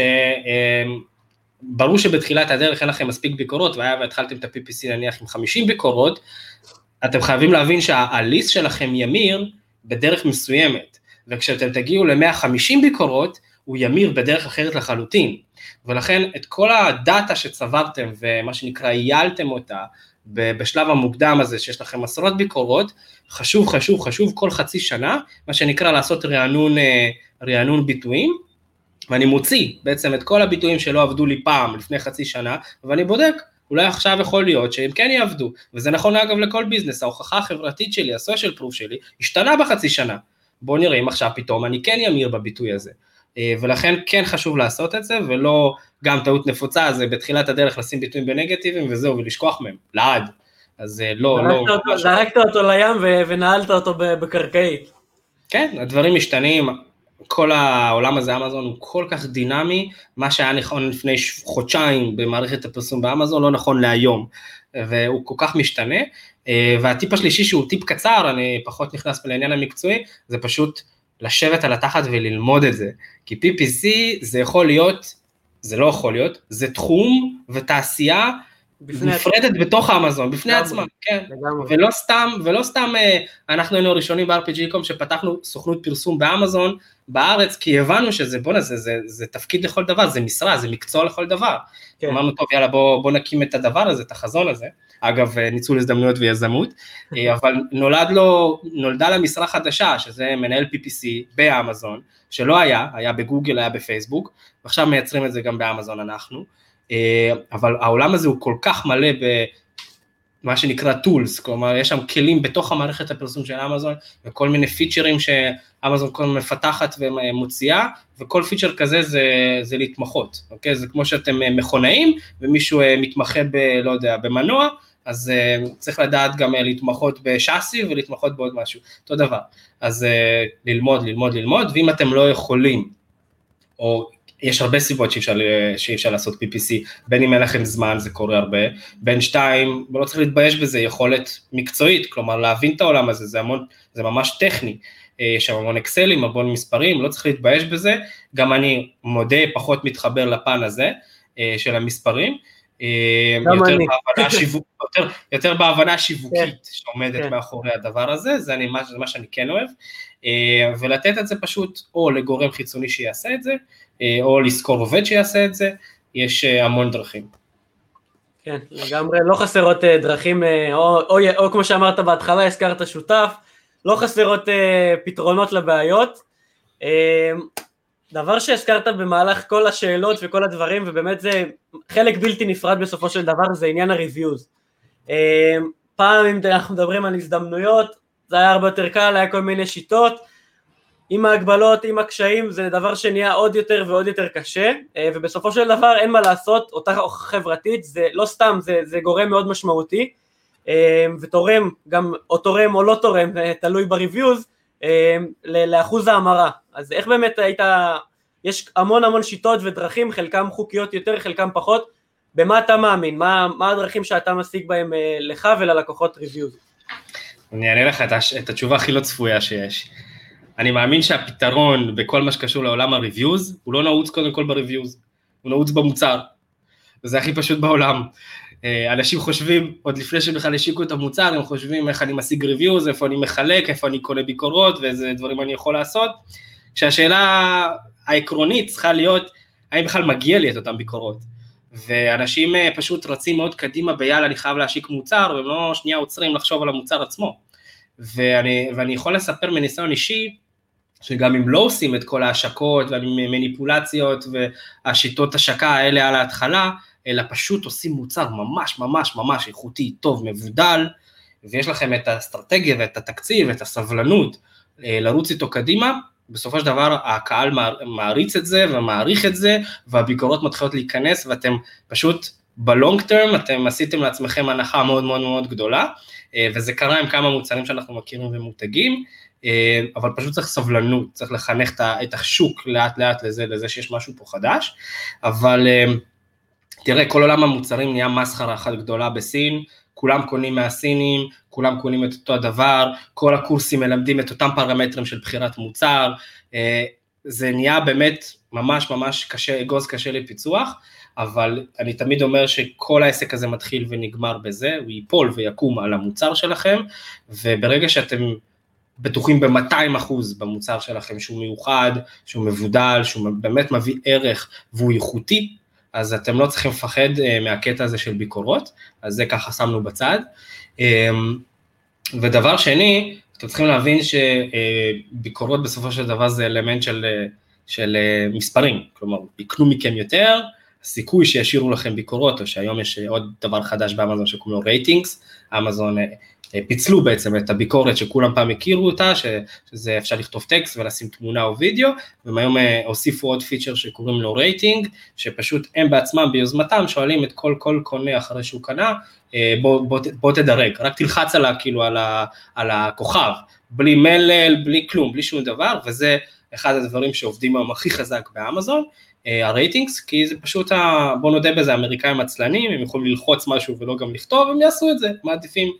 S2: שברור שבתחילת הדרך אין לכם מספיק ביקורות, והיה והתחלתם את ה-פי פי סי נניח עם חמישים ביקורות, אתם חייבים להבין שהליסט שלכם ימיר בדרך מסוימת, וכשאתם תגיעו ל-מאה וחמישים ביקורות, הוא ימיר בדרך אחרת לחלוטין, ולכן את כל הדאטה שצברתם, ומה שנקרא, איילתם אותה, בשלב המוקדם הזה, שיש לכם עשרות ביקורות, חשוב, חשוב, חשוב כל חצי שנה, מה שנקרא לעשות רענון, רענון ביטויים, ואני מוציא בעצם את כל הביטויים שלא עבדו לי פעם לפני חצי שנה, ואני בודק, אולי עכשיו יכול להיות שהם כן יעבדו, וזה נכון אגב לכל ביזנס, ההוכחה החברתית שלי, הסושיאל פרוף שלי, השתנה בחצי שנה, בואו נראה אם עכשיו פתאום אני כן ימיר בביטוי הזה, ולכן כן חשוב לעשות את זה, ולא גם טעות נפוצה, זה בתחילת הדרך לשים ביטויים בנגטיביים, וזהו, ולשכוח מהם, לעד, אז לא, לא.
S1: זרקת אותו לים ונעלת אותו בקרקעית.
S2: כן, הדברים משתנים, כל העולם הזה, אמזון, הוא כל כך דינמי, מה שהיה נכון לפני חודשיים במערכת הפרסום באמזון, לא נכון להיום, והוא כל כך משתנה, והטיפ השלישי שהוא טיפ קצר, אני פחות נכנס לעניין המקצועי, זה פשוט לשבת על התחת וללמוד את זה, כי פי פי סי זה יכול להיות, זה לא יכול להיות, זה תחום ותעשייה, נפרדת בתוך האמזון, בפני עצמם, כן, ולא סתם, ולא סתם, אנחנו היינו ראשונים ב-אר פי ג'י דוט קום שפתחנו סוכנות פרסום באמזון בארץ, כי הבנו שזה, בוא נזה, זה, זה תפקיד לכל דבר, זה משרה, זה מקצוע לכל דבר, אמרנו טוב, יאללה, בוא, בוא נקים את הדבר הזה, את החזון הזה, אגב, ניצול הזדמנויות ויזמות, אבל נולד לו, נולדה למשרה חדשה, שזה מנהל פי פי סי באמזון, שלא היה, היה בגוגל, היה בפייסבוק, ועכשיו מייצרים את זה גם באמזון אנחנו, אבל העולם הזה הוא כל כך מלא במה שנקרא טולס, כלומר יש שם כלים בתוך המערכת הפרסום של אמזון, וכל מיני פיצ'רים שאמזון כל מפתחת ומוציאה, וכל פיצ'ר כזה זה, זה להתמחות, אוקיי? זה כמו שאתם מכונאים, ומישהו מתמחה ב, לא יודע, במנוע, אז צריך לדעת גם להתמחות בשאסי, ולהתמחות בעוד משהו, אותו דבר. אז ללמוד, ללמוד, ללמוד, ואם אתם לא יכולים, או יש הרבה סיבות שאי אפשר, שאי אפשר לעשות פי פי סי, בין אם אין לכם זמן, זה קורה הרבה, בין שתיים, לא צריך להתבייש בזה, יכולת מקצועית, כלומר להבין את העולם הזה, זה, המון, זה ממש טכני, יש שם המון אקסלים, המון מספרים, לא צריך להתבייש בזה, גם אני מודה פחות מתחבר לפן הזה, של המספרים, יותר בהבנה, שיווק, יותר, יותר בהבנה שיווקית שעומדת מאחורי הדבר הזה, זה, אני, זה מה שאני כן אוהב, ולתת את זה פשוט או לגורם חיצוני שיעשה את זה, או לזכור עובד שיעשה את זה, יש המון דרכים.
S1: כן, לגמרי, לא חסרות דרכים, או, או, או כמו שאמרת בהתחלה, הזכרת שותף, לא חסרות פתרונות לבעיות, דבר שהזכרת במהלך כל השאלות וכל הדברים, ובאמת זה חלק בלתי נפרד בסופו של דבר, זה עניין הריוויוז. פעם אם אנחנו מדברים על הזדמנויות, זה היה הרבה יותר קל, היה כל מיני שיטות, עם ההגבלות, עם הקשיים, זה דבר שנהיה עוד יותר ועוד יותר קשה, ובסופו של דבר אין מה לעשות, אותה חברתית, זה לא סתם, זה, זה גורם מאוד משמעותי, ותורם, גם או תורם או לא תורם, תלוי בריוויוז, לאחוז ההמרה. אז איך באמת היית, יש המון המון שיטות ודרכים, חלקם חוקיות יותר, חלקם פחות, במה אתה מאמין? מה, מה הדרכים שאתה משיג בהם לך וללקוחות ריוויוז?
S2: אני אענה לך את התשובה הכי לא צפויה שיש. אני מאמין שהפתרון בכל מה שקשור לעולם הריוויוז, הוא לא נעוץ קודם כל בריוויוז, הוא נעוץ במוצר, וזה הכי פשוט בעולם. אנשים חושבים, עוד לפני שבכלל השיקו את המוצר, הם חושבים איך אני משיג ריוויוז, איפה אני מחלק, איפה אני קונה ביקורות, ואיזה דברים אני יכול לעשות, כשהשאלה העקרונית צריכה להיות, האם בכלל מגיע לי את אותם ביקורות, ואנשים פשוט רצים מאוד קדימה ביאללה, אני חייב להשיק מוצר, והם לא שנייה עוצרים לחשוב על המוצר עצמו, ואני, ואני יכול לספר מניסיון אישי, שגם אם לא עושים את כל ההשקות, והמניפולציות, והשיטות השקה האלה על ההתחלה, אלא פשוט עושים מוצר ממש ממש ממש איכותי, טוב, מבודל, ויש לכם את האסטרטגיה ואת התקציב ואת הסבלנות לרוץ איתו קדימה, בסופו של דבר הקהל מעריץ את זה ומעריך את זה, והביקורות מתחילות להיכנס, ואתם פשוט בלונג טרם, אתם עשיתם לעצמכם הנחה מאוד מאוד מאוד גדולה, וזה קרה עם כמה מוצרים שאנחנו מכירים ומותגים, אבל פשוט צריך סבלנות, צריך לחנך את השוק לאט לאט לזה, לזה שיש משהו פה חדש, אבל תראה, כל עולם המוצרים נהיה מסחרה אחת גדולה בסין, כולם קונים מהסינים, כולם קונים את אותו הדבר, כל הקורסים מלמדים את אותם פרמטרים של בחירת מוצר, זה נהיה באמת ממש ממש קשה, אגוז קשה לפיצוח, אבל אני תמיד אומר שכל העסק הזה מתחיל ונגמר בזה, הוא ייפול ויקום על המוצר שלכם, וברגע שאתם בטוחים ב-מאתיים אחוז במוצר שלכם, שהוא מיוחד, שהוא מבודל, שהוא באמת מביא ערך, והוא איכותי, אז אתם לא צריכים לפחד מהקטע הזה של ביקורות, אז זה ככה שמנו בצד. ודבר שני, אתם צריכים להבין שביקורות בסופו של דבר זה אלמנט של, של מספרים, כלומר, יקנו מכם יותר, הסיכוי שישירו לכם ביקורות, או שהיום יש עוד דבר חדש באמזון שקוראים לו רייטינגס, אמזון פיצלו בעצם את הביקורת שכולם פעם הכירו אותה, שזה אפשר לכתוב טקסט ולשים תמונה או וידאו, והיום הוסיפו עוד פיצ'ר שקוראים לו רייטינג, שפשוט הם בעצמם ביוזמתם שואלים את כל כל קונה אחרי שהוא קנה, בוא, בוא, בוא תדרג, רק תלחץ עלה כאילו על, ה, על הכוכב, בלי מלל, בלי כלום, בלי שום דבר, וזה אחד הדברים שעובדים היום הכי חזק באמזון, הרייטינגס, כי זה פשוט, בוא נודה בזה, האמריקאים עצלנים, הם יכולים ללחוץ משהו ולא גם לכתוב, הם יעשו את זה, מעדיפים,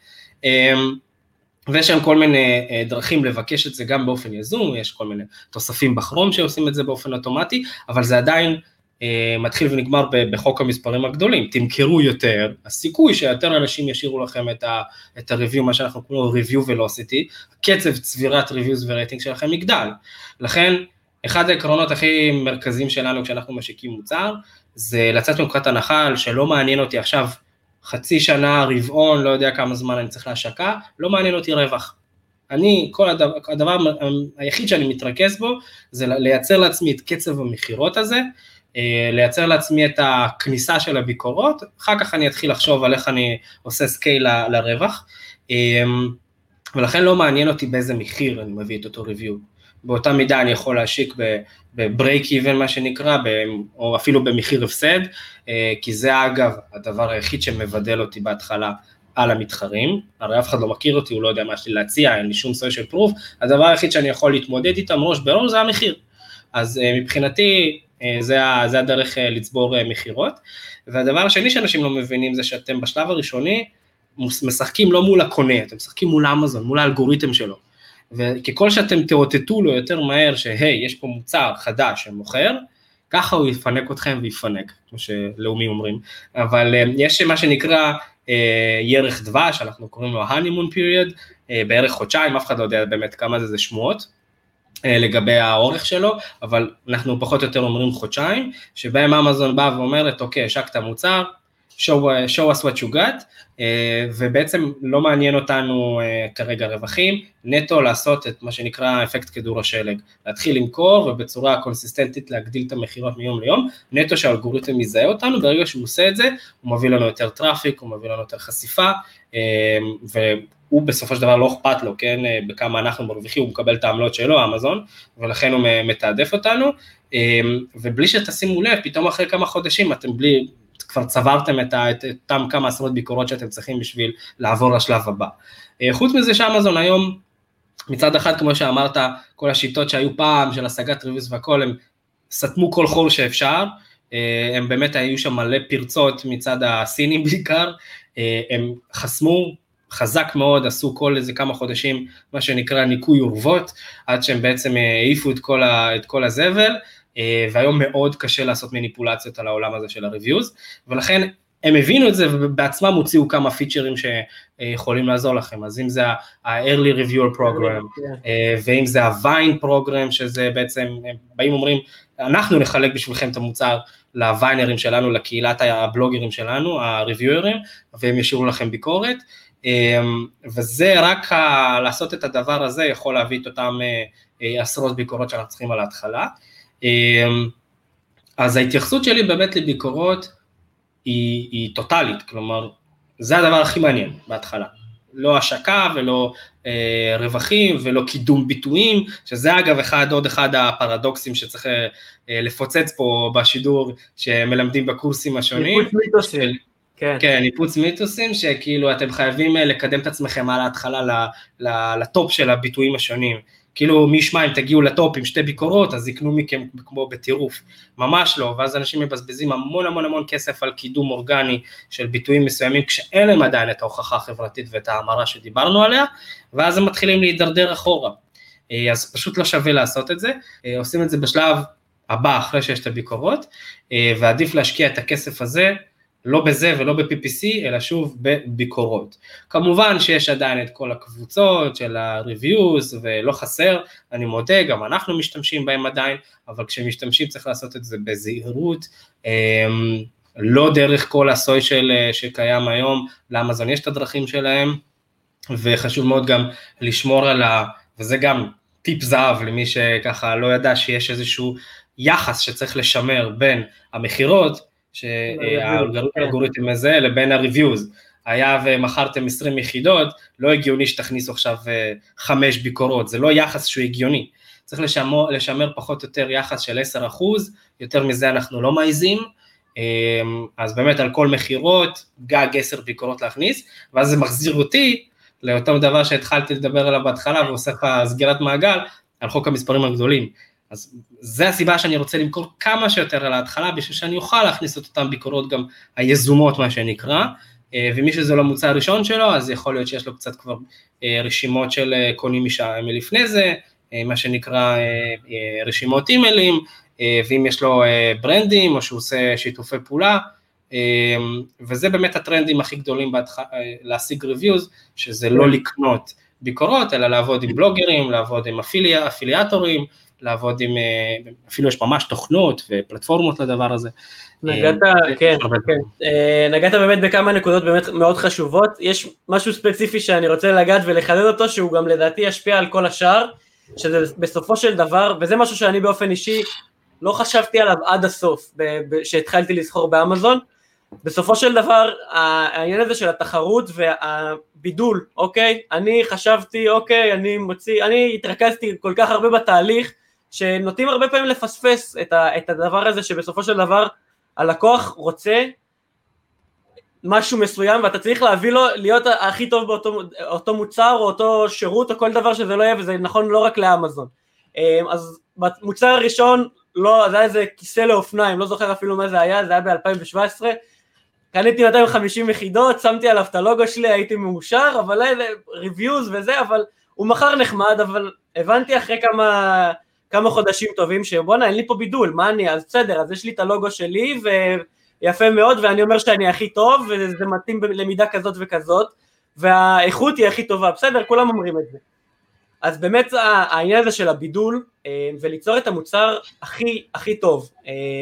S2: ויש שם כל מיני דרכים לבקש את זה גם באופן יזום, יש כל מיני תוספים בכרום שעושים את זה באופן אוטומטי, אבל זה עדיין מתחיל ונגמר בחוק המספרים הגדולים, תמכרו יותר, הסיכוי שיותר אנשים ישירו לכם את הריוויו, מה שאנחנו קוראים לו ריוויו ולוסיטי, קצב צבירת ריוויוז ורייטינג שלכם יגדל, לכן אחד העקרונות הכי מרכזיים שלנו כשאנחנו משיקים מוצר, זה לצאת מנקודת הנחה שלא מעניין אותי עכשיו חצי שנה, רבעון, לא יודע כמה זמן אני צריך להשקה, לא מעניין אותי רווח. אני, כל הדבר, הדבר היחיד שאני מתרכז בו, זה לייצר לעצמי את קצב המחירות הזה, לייצר לעצמי את הכניסה של הביקורות, אחר כך אני אתחיל לחשוב על איך אני עושה סקייל ל, לרווח, ולכן לא מעניין אותי באיזה מחיר אני מביא את אותו ריוויו. באותה מידה אני יכול להשיק בברייק איבן מה שנקרא, או אפילו במחיר הפסד, כי זה אגב הדבר היחיד שמבדל אותי בהתחלה על המתחרים, הרי אף אחד לא מכיר אותי, הוא לא יודע מה יש לי להציע, אין לי שום סושיאל פרוף, הדבר היחיד שאני יכול להתמודד איתם ראש בראש זה המחיר, אז מבחינתי זה, זה הדרך לצבור מחירות, והדבר השני שאנשים לא מבינים זה שאתם בשלב הראשוני משחקים לא מול הקונה, אתם משחקים מול אמזון, מול האלגוריתם שלו, וככל שאתם תאותתו לו יותר מהר שהי, יש פה מוצר חדש שמוכר, ככה הוא יפנק אתכם ויפנק, כמו שלאומי אומרים, אבל יש מה שנקרא ירח דבש, אנחנו קוראים לו honeymoon period, בערך חודשיים, אף אחד לא יודע באמת כמה זה, זה שמועות, לגבי האורך שלו, אבל אנחנו פחות או יותר אומרים חודשיים, שבהם אמזון בא ואומרת, אוקיי, השקת מוצר, show, show us what you got, ובעצם לא מעניין אותנו כרגע רווחים, נטו לעשות את מה שנקרא אפקט כדור השלג, להתחיל למכור ובצורה קונסיסטנטית להגדיל את המחירות מיום ליום, נטו שהאלגוריתם יזהה אותנו, ברגע שהוא עושה את זה, הוא מביא לנו יותר טראפיק, הוא מביא לנו יותר חשיפה, והוא בסופו של דבר לא אכפת לו, כן, בכמה אנחנו מרוויחים, הוא מקבל את העמלות שלו, אמזון, ולכן הוא מתעדף אותנו, ובלי שתשימו לב, פתאום אחרי כמה חודשים, אתם בלי, כבר צברתם את אותם כמה עשרות ביקורות שאתם צריכים בשביל לעבור לשלב הבא. חוץ מזה שאמזון היום, מצד אחד, כמו שאמרת, כל השיטות שהיו פעם של השגת ריוויוז והכל, הם סתמו כל חור שאפשר, הם באמת היו שם מלא פרצות מצד הסינים בעיקר, הם חסמו חזק מאוד, עשו כל איזה כמה חודשים, מה שנקרא ניקוי אורוות, עד שהם בעצם העיפו את כל, ה, את כל הזבל, והיום מאוד קשה לעשות מניפולציות על העולם הזה של הריוויוז, ולכן הם הבינו את זה, ובעצמם הוציאו כמה פיצ'רים שיכולים לעזור לכם, אז אם זה ה-early reviewer program, ואם זה ה-vine program, שזה בעצם, באים אומרים, אנחנו נחלק בשבילכם את המוצר לוויינרים שלנו, לקהילת הבלוגרים שלנו, ה-reviewers, והם ישירו לכם ביקורת, וזה רק לעשות את הדבר הזה, יכול להביא את אותם עשרות ביקורות שאנחנו צריכים על ההתחלה, אז ההתייחסות שלי באמת לביקורות היא, היא טוטלית, כלומר, זה הדבר הכי מעניין בהתחלה, לא השקה ולא אה, רווחים ולא קידום ביטויים, שזה אגב אחד, עוד אחד הפרדוקסים שצריך אה, לפוצץ פה בשידור שמלמדים בקורסים השונים.
S1: ניפוץ מיתוסים.
S2: כן, כן, ניפוץ מיתוסים שכאילו אתם חייבים לקדם את עצמכם על ההתחלה לטופ של הביטויים השונים, כאילו מי ישמע אם תגיעו לטופ עם שתי ביקורות, אז יקנו מכם כמו בטירוף, ממש לא, ואז אנשים מבזבזים המון המון המון כסף על קידום אורגני של ביטויים מסוימים, כשאין להם עדיין את ההוכחה החברתית ואת ההמרה שדיברנו עליה, ואז הם מתחילים להידרדר אחורה, אז פשוט לא שווה לעשות את זה, עושים את זה בשלב הבא אחרי שיש את הביקורות, ועדיף להשקיע את הכסף הזה, לא בזה ולא ב-פי פי סי, אלא שוב בביקורות. כמובן שיש עדיין את כל הקבוצות של ה-reviews, ולא חסר, אני מודה, גם אנחנו משתמשים בהם עדיין, אבל כשמשתמשים צריך לעשות את זה בזהירות, לא דרך כל הסושיאל שקיים היום, לאמזון יש את הדרכים שלהם, וחשוב מאוד גם לשמור על ה... וזה גם טיפ זהב למי שככה לא ידע שיש איזשהו יחס שצריך לשמר בין המחירות, שהאלגוריתם הזה לבין ה-reviews, היה ומכרתם עשרים יחידות, לא הגיוני שתכניסו עכשיו חמש ביקורות, זה לא יחס שהוא הגיוני, צריך לשמר, לשמר פחות או יותר יחס של עשרה אחוז, יותר מזה אנחנו לא מעיזים, אז באמת על כל מחירות, גג עשר ביקורות להכניס, ואז זה מחזיר אותי לאותו דבר שהתחלתי לדבר עליו בהתחלה, ועושה לך סגירת מעגל, על חוק המספרים הגדולים, אז זה הסיבה שאני רוצה למכור כמה שיותר על ההתחלה, בשביל שאני אוכל להכניס את אותם ביקורות גם היזומות, מה שנקרא, ומי שזה לא מוצא הראשון שלו, אז יכול להיות שיש לו קצת כבר רשימות של קונים מלפני זה, מה שנקרא רשימות אימיילים, ואם יש לו ברנדים, או שהוא עושה שיתופי פעולה, וזה באמת הטרנדים הכי גדולים להשיג ריוויוז, שזה לא לקנות ביקורות, אלא לעבוד עם בלוגרים, לעבוד עם אפיליאטורים, לעבוד עם, אפילו יש ממש תוכנות ופלטפורמות לדבר הזה.
S1: נגעת, כן, כן, נגעת באמת בכמה נקודות באמת מאוד חשובות, יש משהו ספציפי שאני רוצה לגעת ולחדד אותו, שהוא גם לדעתי ישפיע על כל השאר, שזה בסופו של דבר, וזה משהו שאני באופן אישי לא חשבתי עליו עד הסוף, שהתחלתי לסחור באמזון, בסופו של דבר, העניין הזה של התחרות והבידול, אוקיי, אני חשבתי, אוקיי, אני מוציא, אני התרכזתי כל כך הרבה בתהליך, שנוטים הרבה פעמים לפספס את, ה, את הדבר הזה, שבסופו של דבר הלקוח רוצה משהו מסוים, ואתה צריך להביא לו להיות הכי טוב באותו אותו מוצר, או אותו שירות, או כל דבר שזה לא יהיה, וזה נכון לא רק לאמזון. אז במוצר הראשון, לא, זה היה איזה כיסא לאופניים, לא זוכר אפילו מה זה היה, זה היה ב-אלפיים שבע עשרה, קניתי מאתיים וחמישים יחידות, שמתי עליו את הלוגו שלי, הייתי מאושר, אבל היה ריוויוז וזה, אבל הוא מחר נחמד, אבל הבנתי אחרי כמה... כמה חודשים טובים שבואנה, אין לי פה בידול, מה אני, אז בסדר, אז יש לי את הלוגו שלי, ויפה מאוד, ואני אומר שאני הכי טוב, וזה מתאים למידה כזאת וכזאת, והאיכות היא הכי טובה, בסדר, כולם אומרים את זה. אז באמת העניין הזה של הבידול, וליצור את המוצר הכי, הכי טוב,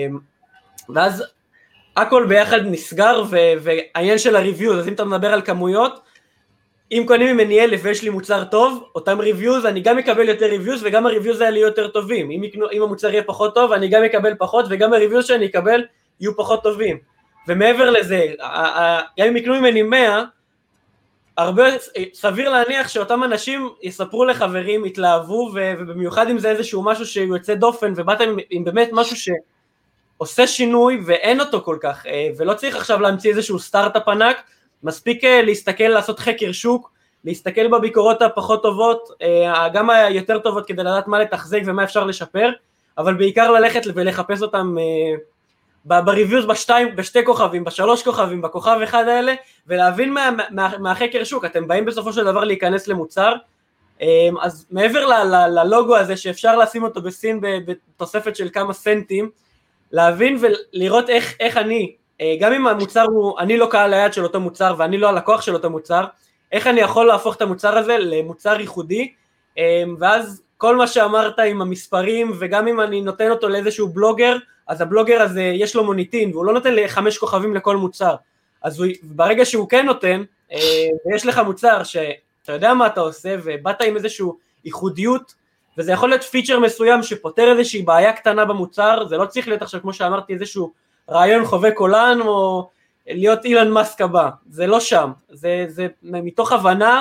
S1: ואז הכל ביחד נסגר, והעניין של הריוויוז, אז אם אתה מדבר על כמויות, אם קונים ממני אלף ויש לי מוצר טוב, אותם ריוויוז, אני גם אקבל יותר ריוויוז, וגם הריוויוז האלה יהיו יותר טובים. אם, יקנו, אם המוצר יהיה פחות טוב, אני גם אקבל פחות, וגם הריוויוז שאני אקבל יהיו פחות טובים. ומעבר לזה, גם אם יקנו ממני מאה, הרבה, סביר להניח שאותם אנשים יספרו לחברים, יתלהבו, ובמיוחד אם זה איזשהו משהו שיוצא דופן, ובאתם עם באמת משהו שעושה שינוי, ואין אותו כל כך, ולא צריך עכשיו להמציא איזשהו סטארט-אפ ענק, מספיק להסתכל, לעשות חקר שוק, להסתכל בביקורות הפחות טובות, גם היותר טובות כדי לדעת מה לתחזק ומה אפשר לשפר, אבל בעיקר ללכת ולחפש אותם בריוויוז בשתיים, בשתי כוכבים, בשלוש כוכבים, בכוכב אחד האלה, ולהבין מה, מה, מהחקר שוק, אתם באים בסופו של דבר להיכנס למוצר, אז מעבר ל, ל, ללוגו הזה שאפשר לשים אותו בסין בתוספת של כמה סנטים, להבין ולראות איך, איך אני, גם אם המוצר הוא, אני לא קהל היד של אותו מוצר, ואני לא הלקוח של אותו מוצר, איך אני יכול להפוך את המוצר הזה למוצר ייחודי, ואז כל מה שאמרת עם המספרים, וגם אם אני נותן אותו לאיזשהו בלוגר, אז הבלוגר הזה יש לו מוניטין, והוא לא נותן לחמש כוכבים לכל מוצר, אז הוא, ברגע שהוא כן נותן, ויש לך מוצר שאתה יודע מה אתה עושה, ובאת עם איזשהו ייחודיות, וזה יכול להיות פיצ'ר מסוים שפותר איזושהי בעיה קטנה במוצר, זה לא צריך להיות עכשיו כמו שאמרתי איזשהו רעיון חובק עולם, או להיות אילן מאסק הבא, זה לא שם, זה, זה מתוך הבנה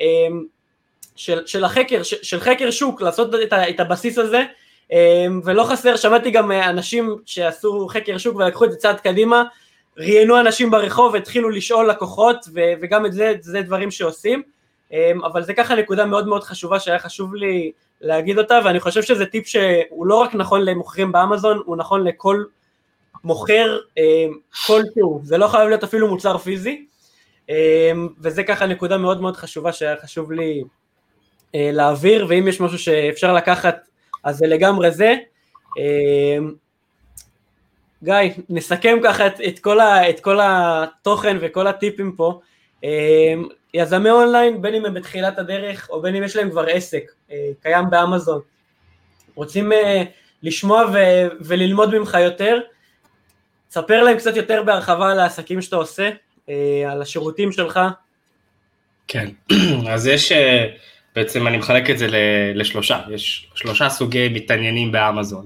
S1: של, של החקר, של, של חקר שוק, לעשות את, ה, את הבסיס הזה, ולא חסר, שמעתי גם אנשים שעשו חקר שוק ולקחו את זה צעד קדימה, ראיינו אנשים ברחוב והתחילו לשאול לקוחות, ו, וגם את זה, זה דברים שעושים, אבל זה ככה נקודה מאוד מאוד חשובה, שהיה חשוב לי להגיד אותה, ואני חושב שזה טיפ שהוא לא רק נכון למוכרים באמזון, הוא נכון לכל מוכר כלשהו, זה לא חייב להיות אפילו מוצר פיזי, וזה ככה נקודה מאוד מאוד חשובה שהיה חשוב לי להעביר, ואם יש משהו שאפשר לקחת, אז זה לגמרי זה. גיא, נסכם ככה את, את, כל ה, את כל התוכן וכל הטיפים פה. יזמי אונליין, בין אם הם בתחילת הדרך, או בין אם יש להם כבר עסק, קיים באמזון, רוצים לשמוע ו- וללמוד ממך יותר, תספר להם קצת יותר בהרחבה על העסקים שאתה עושה, על השירותים שלך.
S2: כן, אז יש, בעצם אני מחלק את זה לשלושה, יש שלושה סוגי מתעניינים באמזון,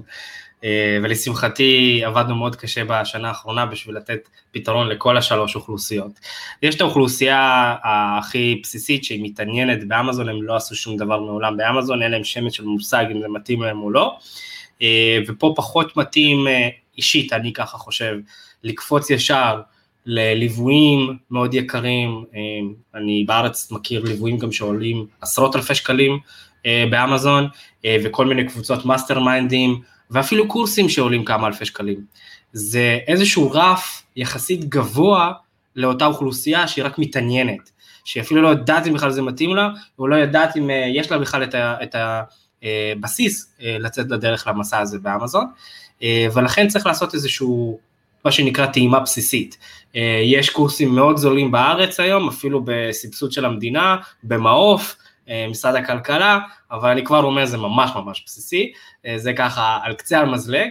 S2: ולשמחתי עבדנו מאוד קשה בשנה האחרונה בשביל לתת פתרון לכל השלוש אוכלוסיות. יש את האוכלוסייה הכי בסיסית שהיא מתעניינת באמזון, הם לא עשו שום דבר מעולם באמזון, אין להם שמץ של מושג אם זה מתאים להם או לא, ופה פחות מתאים אישית, אני ככה חושב, לקפוץ ישר לליוויים מאוד יקרים, אני בארץ מכיר ליוויים גם שעולים עשרות אלפי שקלים באמזון, וכל מיני קבוצות מאסטר מיינדים, ואפילו קורסים שעולים כמה אלפי שקלים. זה איזשהו רף יחסית גבוה לאותה אוכלוסייה שהיא רק מתעניינת, שהיא אפילו לא יודעת אם בכלל זה מתאים לה, או לא יודעת אם יש לה בכלל את הבסיס לצאת לדרך למסע הזה באמזון, ולכן צריך לעשות איזשהו, מה שנקרא טעימה בסיסית. יש קורסים מאוד זולים בארץ היום, אפילו בסבסוד של המדינה, במעוף, משרד הכלכלה, אבל אני כבר אומר, זה ממש ממש בסיסי, זה ככה על קצה המזלג,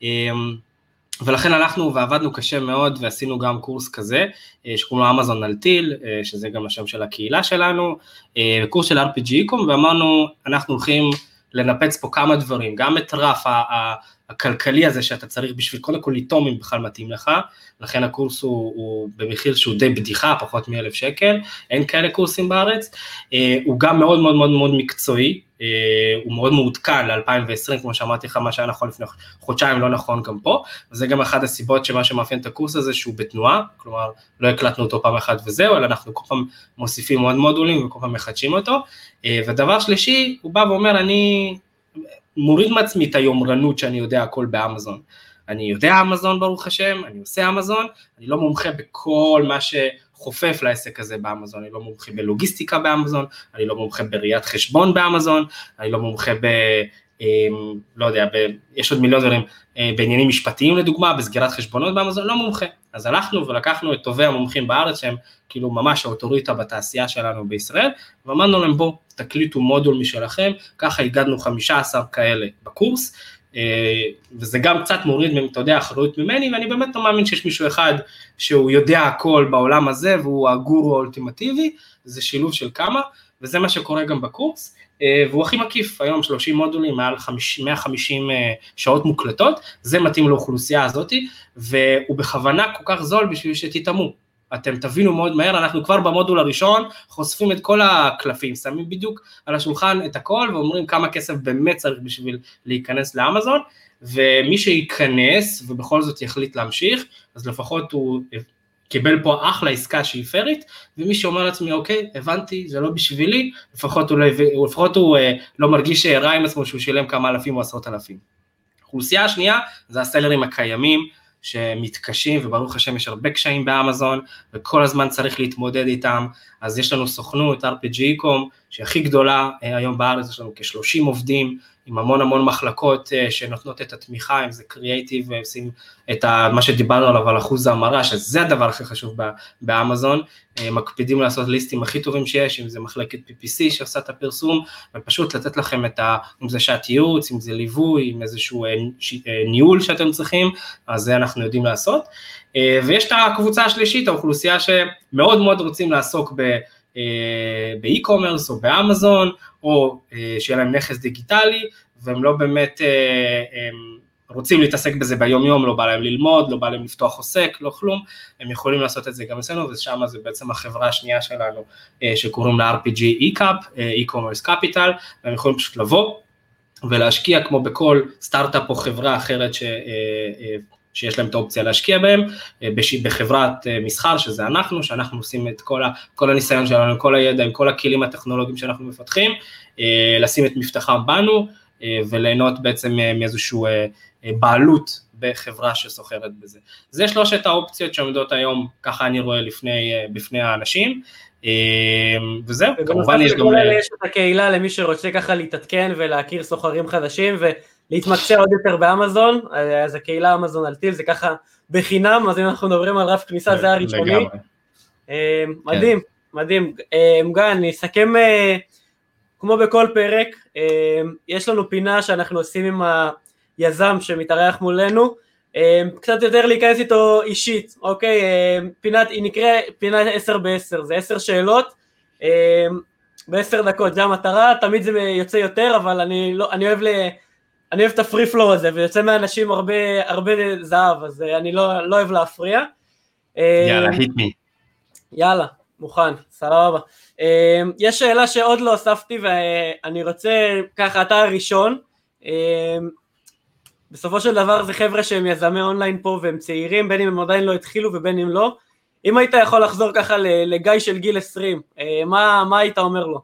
S2: ולכן הלכנו ועבדנו קשה מאוד, ועשינו גם קורס כזה, שקוראים לו אמזון על טיל, שזה גם השם של הקהילה שלנו, קורס של אר פי ג'י איקום, ואמרנו, אנחנו הולכים לנפץ פה כמה דברים, גם את רף הכלכלי הזה שאתה צריך בשביל קודם כל לטעום אם בכלל מתאים לך, לכן הקורס הוא, הוא במחיר שהוא די בדיחה, פחות מאלף שקל, אין כאלה קורסים בארץ, הוא גם מאוד מאוד מאוד מאוד מקצועי, הוא מאוד מעודכן ל-אלפיים ועשרים, כמו שאמרתי לך, מה שהיה נכון לפני חודשיים לא נכון גם פה, וזה גם אחד הסיבות שמה שמאפיין את הקורס הזה, שהוא בתנועה, כלומר לא הקלטנו אותו פעם אחת וזהו, אלא אנחנו כל פעם מוסיפים עוד מודולים וכל פעם מחדשים אותו, ודבר שלישי, הוא בא ואומר, אני מוריד מעצמי את היומרנות שאני יודע הכל באמזון, אני יודע אמזון ברוך השם, אני עושה אמזון, אני לא מומחה בכל מה שחופף לעסק הזה באמזון, אני לא מומחה בלוגיסטיקה באמזון, אני לא מומחה בראיית חשבון באמזון, אני לא מומחה ב... לא יודע, ב, יש עוד מיליון דברים, בעניינים משפטיים לדוגמה, בסגירת חשבונות באמזון, לא מומחה. אז הלכנו ולקחנו את טובי המומחים בארץ, שהם כאילו ממש האוטוריטה בתעשייה שלנו בישראל, ואמרנו להם בוא, תקליטו מודול משלכם, ככה הגדנו חמישה עשר כאלה בקורס, וזה גם קצת מוריד, אתה יודע, אחריות ממני, ואני באמת לא מאמין שיש מישהו אחד שהוא יודע הכל בעולם הזה, והוא הגורו האולטימטיבי, זה שילוב של כמה, וזה מה שקורה גם בקורס, והוא הכי מקיף, היום שלושים מודולים, מעל מאה וחמישים שעות מוקלטות, זה מתאים לאוכלוסייה הזאת, והוא בכוונה כל כך זול בשביל שתתאמו, אתם תבינו מאוד מהר, אנחנו כבר במודול הראשון, חושפים את כל הקלפים, שמים בדיוק על השולחן את הכל, ואומרים כמה כסף באמת צריך בשביל להיכנס לאמזון, ומי שייכנס, ובכל זאת יחליט להמשיך, אז לפחות הוא קיבל פה אחלה עסקה שהיא פרית, ומי שאומר לעצמי, אוקיי, הבנתי, זה לא בשבילי, לפחות הוא לא, לפחות הוא לא מרגיש רע עם עצמו, שהוא שילם כמה אלפים או עשרות אלפים. האוכלוסייה השנייה, זה הסלרים הקיימים, שמתקשים, וברוך השם יש הרבה קשיים באמזון, וכל הזמן צריך להתמודד איתם, אז יש לנו סוכנות, אר פי ג'י איקום, שהיא הכי גדולה היום בארץ, יש לנו כ-שלושים עובדים, עם המון המון מחלקות שנותנות את התמיכה, אם זה קריאייטיב, ועושים את מה שדיברנו עליו, על אחוז ההמרה, שזה הדבר הכי חשוב באמזון, מקפידים לעשות ליסטים הכי טובים שיש, אם זה מחלקת פי פי סי שעושה את הפרסום, ופשוט לתת לכם את ה... אם זה שעת ייעוץ, אם זה ליווי, עם איזשהו ניהול שאתם צריכים, אז זה אנחנו יודעים לעשות. ויש את הקבוצה השלישית, האוכלוסייה שמאוד מאוד רוצים לעסוק ב... באי-קומרס או באמזון, או שיהיה להם נכס דיגיטלי, והם לא באמת רוצים להתעסק בזה ביום יום, לא בא להם ללמוד, לא בא להם לפתוח עוסק, לא כלום, הם יכולים לעשות את זה גם אצלנו, ושם זה בעצם החברה השנייה שלנו, שקוראים לה אר פי ג'י אי-קאפ, e-commerce capital, והם יכולים פשוט לבוא, ולהשקיע כמו בכל סטארט-אפ או חברה אחרת ש... שיש להם את האופציה להשקיע בהם, בחברת מסחר, שזה אנחנו, שאנחנו עושים את כל, ה, כל הניסיון שלנו, כל הידע, עם כל הכלים הטכנולוגיים שאנחנו מפתחים, לשים את מבטחם בנו, וליהנות בעצם מאיזשהו בעלות בחברה שסוחרת בזה. זה שלושת האופציות שעומדות היום, ככה אני רואה לפני, בפני האנשים, וזהו, כמובן יש גם...
S1: יש את הקהילה למי שרוצה ככה להתעדכן ולהכיר סוחרים חדשים, להתמקצע עוד יותר באמזון, אז הקהילה אמזון על טיל, זה ככה בחינם, אז אם אנחנו מדברים על רף כניסה, זה הראשוני. מדהים, מדהים. גיא, אני אסכם כמו בכל פרק, יש לנו פינה שאנחנו עושים עם היזם שמתארח מולנו, קצת יותר להיכנס איתו אישית, אוקיי? פינת, היא נקרא פינת עשר בעשר, זה עשר שאלות, בעשר דקות, זה המטרה, תמיד זה יוצא יותר, אבל אני, לא, אני אוהב ל... אני אוהב את הפרי פלואו הזה, ויוצא מהאנשים הרבה, הרבה זהב, אז אני לא, לא אוהב להפריע.
S2: יאללה, hit me.
S1: יאללה, מוכן, סבבה. יש שאלה שעוד לא הוספתי, ואני רוצה, ככה, אתה הראשון, בסופו של דבר זה חבר'ה שהם יזמי אונליין פה, והם צעירים, בין אם הם עדיין לא התחילו ובין אם לא. אם היית יכול לחזור ככה לגיא של גיל עשרים, מה, מה היית אומר לו?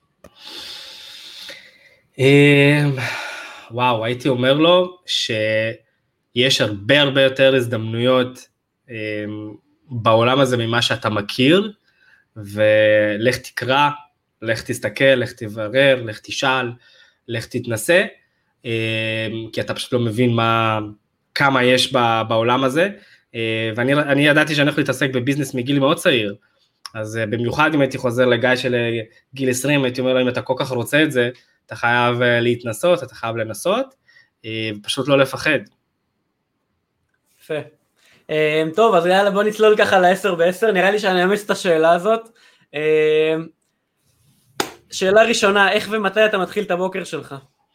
S2: וואו, הייתי אומר לו שיש הרבה הרבה יותר הזדמנויות בעולם הזה ממה שאתה מכיר, ולך תקרא, לך תסתכל, לך תברר, לך תשאל, לך תתנסה, כי אתה פשוט לא מבין מה, כמה יש בעולם הזה, ואני אני ידעתי שאני הולך להתעסק בביזנס מגיל מאוד צעיר, אז במיוחד אם הייתי חוזר לגיא של גיל עשרים, הייתי אומר לו, אם אתה כל כך רוצה את זה, אתה חייב להתנסות, אתה חייב לנסות, ופשוט לא לפחד.
S1: יפה. טוב, אז יאללה, בוא נצלול ככה ל-עשר בעשר, נראה לי שאני אמש את השאלה הזאת. שאלה ראשונה, איך ומתי אתה מתחיל את הבוקר שלך?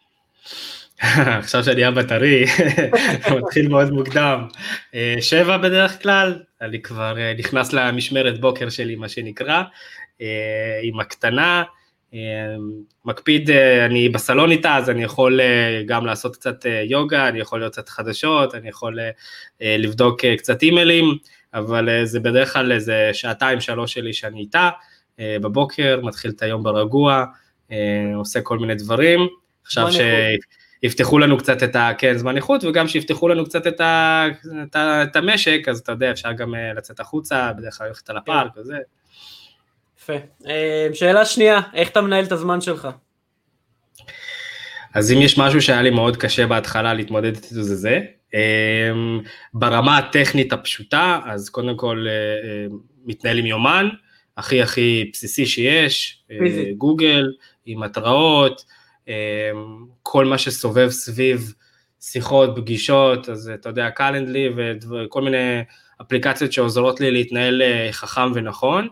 S2: עכשיו שאני אבא טרי, מתחיל מאוד מוקדם. שבע בדרך כלל, אני כבר נכנס למשמרת בוקר שלי, מה שנקרא, עם הקטנה, מקפיד, אני בסלון איתה, אז אני יכול גם לעשות קצת יוגה, אני יכול להיות קצת חדשות, אני יכול לבדוק קצת אימיילים, אבל זה בדרך כלל איזה שעתיים שלוש שלי שאני איתה, בבוקר, מתחיל את היום ברגוע, עושה כל מיני דברים, עכשיו שיפתחו לנו קצת את ה... כן, זמן איכות, וגם שיפתחו לנו קצת את, ה... את, ה... את המשק, אז אתה יודע, אפשר גם לצאת החוצה, בדרך כלל ללכת על הפארק וזה.
S1: יפה. שאלה שנייה, איך אתה מנהל את הזמן שלך?
S2: אז אם יש משהו שהיה לי מאוד קשה בהתחלה להתמודד איתו זה זה, ברמה הטכנית הפשוטה, אז קודם כל מתנהל עם יומן, הכי הכי בסיסי שיש, גוגל, עם התראות, כל מה שסובב סביב שיחות, פגישות, אז אתה יודע, קלנדלי וכל מיני אפליקציות שעוזרות לי להתנהל חכם ונכון,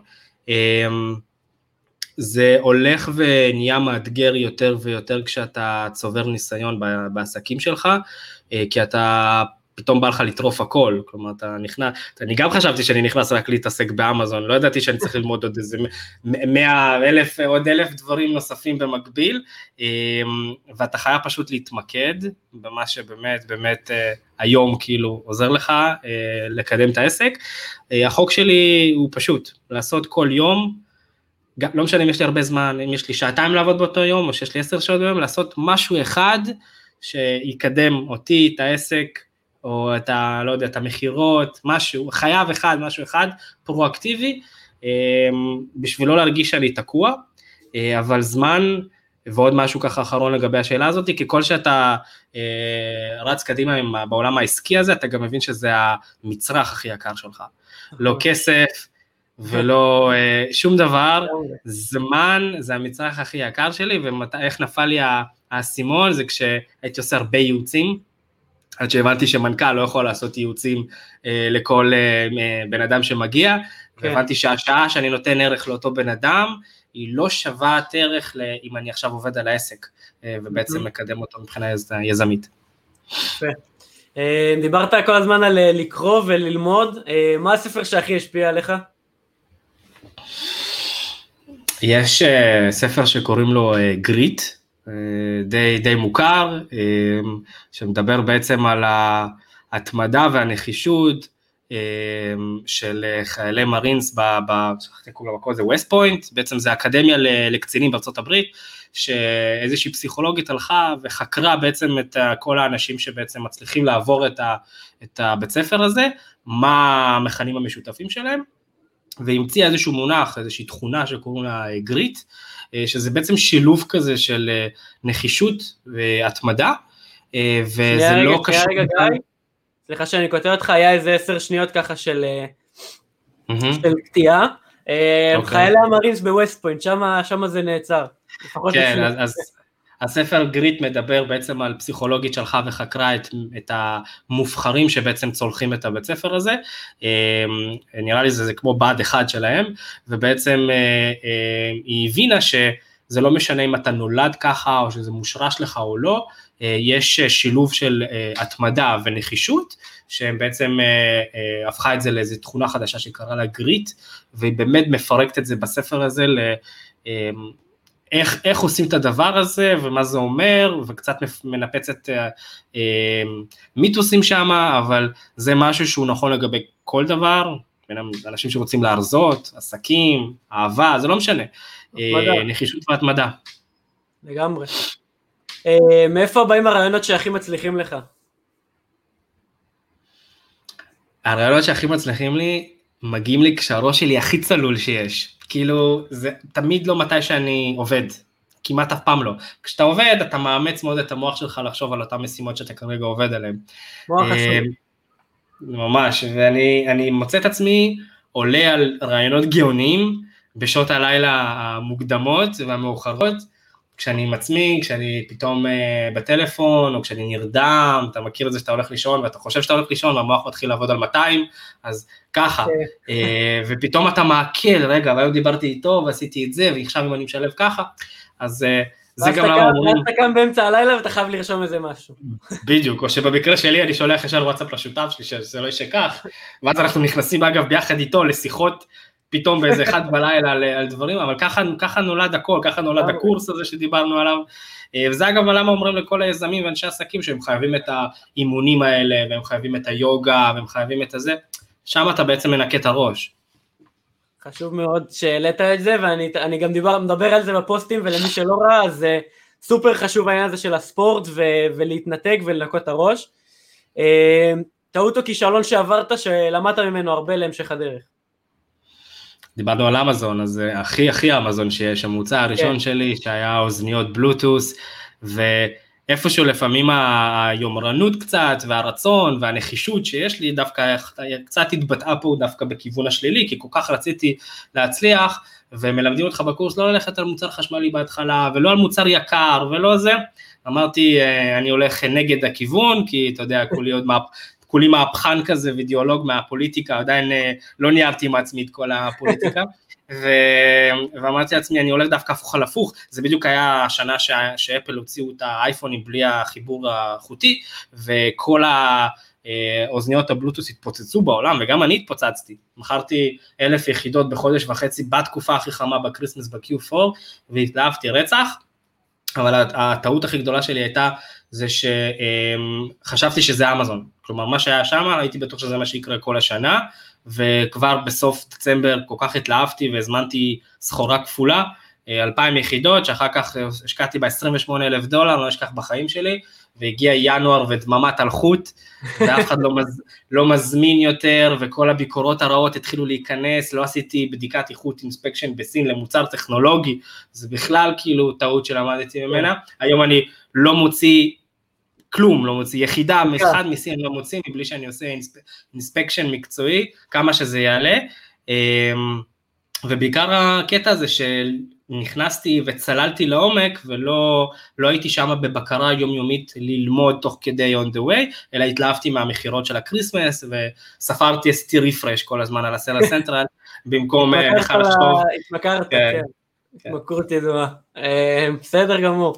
S2: זה הולך ונהיה מאתגר יותר ויותר כשאתה צובר ניסיון בעסקים שלך, כי אתה פתאום בא לך לטרוף הכל, כלומר אתה נכנס, אני גם חשבתי שאני נכנס רק להתעסק באמזון, לא ידעתי שאני צריך ללמוד עוד איזה מאה אלף, עוד אלף דברים נוספים במקביל, ואתה חייב פשוט להתמקד במה שבאמת, באמת היום כאילו עוזר לך לקדם את העסק. החוק שלי הוא פשוט, לעשות כל יום, לא משנה אם יש לי הרבה זמן, אם יש לי שעתיים לעבוד באותו יום, או שיש לי עשר שעות ביום, לעשות משהו אחד שיקדם אותי, את העסק, או את ה, לא יודע, את המחירות, משהו, חייב אחד, משהו אחד, פרואקטיבי, בשביל לא להרגיש שאני תקוע, אבל זמן, ועוד משהו ככה אחרון לגבי השאלה הזאת, כי כל שאתה רץ קדימה בעולם העסקי הזה, אתה גם מבין שזה המצרך הכי יקר שלך, לא כסף, ולא שום דבר, זמן זה המצרך הכי יקר שלי, ואיך נפל לי האסימון, זה כשהייתי עושה הרבה ייעוצים, עד שהבנתי שמנכ"ל לא יכול לעשות ייעוצים לכל בן אדם שמגיע, והבנתי שהשעה שאני נותן ערך לאותו בן אדם, היא לא שווה ערך אם אני עכשיו עובד על העסק, ובעצם מקדם אותו מבחינה יזמית.
S1: דיברת כל הזמן על לקרוא וללמוד, מה הספר שהכי השפיע עליך?
S2: יש ספר שקוראים לו גריט, די, די מוכר, שמדבר בעצם על ההתמדה והנחישות של חיילי מרינס, זה ווסט פוינט, בעצם זה אקדמיה לקצינים בארצות הברית, שאיזושהי פסיכולוגית הלכה וחקרה בעצם את כל האנשים שבעצם מצליחים לעבור את הבית ספר הזה, מה המכנים המשותפים שלהם, והמציאה איזשהו מונח, איזושהי תכונה שקוראים לה גריט, שזה בעצם שילוב כזה של נחישות והתמדה, וזה לא קשור.
S1: סליחה שאני כותב אותך, היה איזה עשר שניות ככה של קטיעה, חיילי המרינס בווסט פוינט, שם זה נעצר.
S2: כן, אז הספר גריט מדבר בעצם על פסיכולוגית שלך וחקרה את, את המובחרים שבעצם צולחים את הבית ספר הזה, נראה לי זה, זה כמו בד אחד שלהם, ובעצם היא הבינה שזה לא משנה אם אתה נולד ככה או שזה מושרש לך או לא, יש שילוב של התמדה ונחישות, שהם בעצם הפכה את זה לאיזו תכונה חדשה שקראה לה גריט, והיא באמת מפרקת את זה בספר הזה ל... איך, איך עושים את הדבר הזה, ומה זה אומר, וקצת מנפצת אה, מיתוסים שם, אבל זה משהו שהוא נכון לגבי כל דבר, אנשים שרוצים להרזות, עסקים, אהבה, זה לא משנה, אה, נחישות והתמדה.
S1: לגמרי. אה, מאיפה באים הרעיונות שהכי מצליחים לך?
S2: הרעיונות שהכי מצליחים לי, מגיעים לי כשהראש שלי הכי צלול שיש, כאילו זה תמיד לא מתי שאני עובד, כמעט אף פעם לא, כשאתה עובד אתה מאמץ מאוד את המוח שלך לחשוב על אותן משימות שאתה כרגע עובד עליהן,
S1: מוח חשוב.
S2: ממש, ואני אני מוצא את עצמי עולה על רעיונות גאוניים, בשעות הלילה המוקדמות והמאוחרות, כשאני עם עצמי, כשאני פתאום בטלפון, או כשאני נרדם, אתה מכיר את זה שאתה הולך לישון, ואתה חושב שאתה הולך לישון, והמוח מתחיל לעבוד על מאתיים, אז ככה, ופתאום אתה מעכל, רגע, והיום דיברתי איתו, ועשיתי את זה, ועכשיו אם אני משלב ככה, אז זה גם למה אומרים...
S1: ואז אתה קם באמצע הלילה, ואתה חייב לרשום איזה משהו.
S2: בדיוק, או שבמקרה שלי, אני שולח ישר וואטסאפ לשותף שלי, שזה לא ישכח, ואז אנחנו נכנסים, אגב, ביחד איתו, לשיחות, פתאום באיזה אחד בלילה על, על דברים, אבל ככה, ככה נולד הכל, ככה נולד הקורס הזה שדיברנו עליו, וזה אגב למה אומרים לכל היזמים ואנשי עסקים שהם חייבים את האימונים האלה, והם חייבים את היוגה, והם חייבים את הזה, שם אתה בעצם מנקה את הראש.
S1: חשוב מאוד שהעלית את זה, ואני גם דיבר, מדבר על זה בפוסטים, ולמי שלא ראה, אז סופר חשוב העניין הזה של הספורט, ו- ולהתנתק ולנקות את הראש. טעות או כישלון שעברת, שלמדת ממנו הרבה להמשך הדרך.
S2: דיברנו על אמזון, אז הכי הכי אמזון שיש, המוצא הראשון שלי, שהיה אוזניות בלוטוס, ואיפשהו לפעמים היומרנות קצת, והרצון והנחישות שיש לי, דווקא קצת התבטאה פה דווקא בכיוון השלילי, כי כל כך רציתי להצליח, ומלמדים אותך בקורס לא ללכת על מוצר חשמלי בהתחלה, ולא על מוצר יקר, ולא זה, אמרתי, אני הולך נגד הכיוון, כי אתה יודע, כולי עוד מה... כולי מהפכן כזה ואידיאולוג מהפוליטיקה, עדיין לא ניהלתי עם עצמי את כל הפוליטיקה, ואמרתי לעצמי, אני הולך דווקא הפוך על הפוך, זה בדיוק היה השנה שאפל הוציאו את האייפונים בלי החיבור החוטי, וכל האוזניות הבלוטוס התפוצצו בעולם, וגם אני התפוצצתי, מכרתי אלף יחידות בחודש וחצי, בתקופה הכי חמה בקריסמס ב-קיו פור, והתלהבתי רצח, אבל הטעות הכי גדולה שלי הייתה, זה שחשבתי שזה אמזון, כלומר מה שהיה שם, הייתי בטוח שזה מה שיקרה כל השנה, וכבר בסוף דצמבר כל כך התלהבתי והזמנתי סחורה כפולה, אלפיים יחידות, שאחר כך השקעתי ב-עשרים ושמונה אלף דולר, לא אשכח בחיים שלי, והגיע ינואר ודממת הלכות, ואף אחד לא, מז, לא מזמין יותר, וכל הביקורות הרעות התחילו להיכנס, לא עשיתי בדיקת איכות אינספקשן בסין למוצר טכנולוגי, זה בכלל כאילו טעות שלמדתי ממנה, היום אני לא מוציא כלום, לא מוציא יחידה, אחד מסין לא מוציא, מבלי שאני עושה אינספקשן מקצועי, כמה שזה יעלה, ובעיקר הקטע הזה שנכנסתי וצללתי לעומק, ולא לא הייתי שם בבקרה יומיומית ללמוד תוך כדי on the way, אלא התלהבתי מהמחירות של הקריסמס, וספרתי עשיתי ריפרש כל הזמן על הסלע סנטרל, במקום בכלל לחשוב.
S1: התמכרת, כן, התמכרות ידועה, בסדר גמור.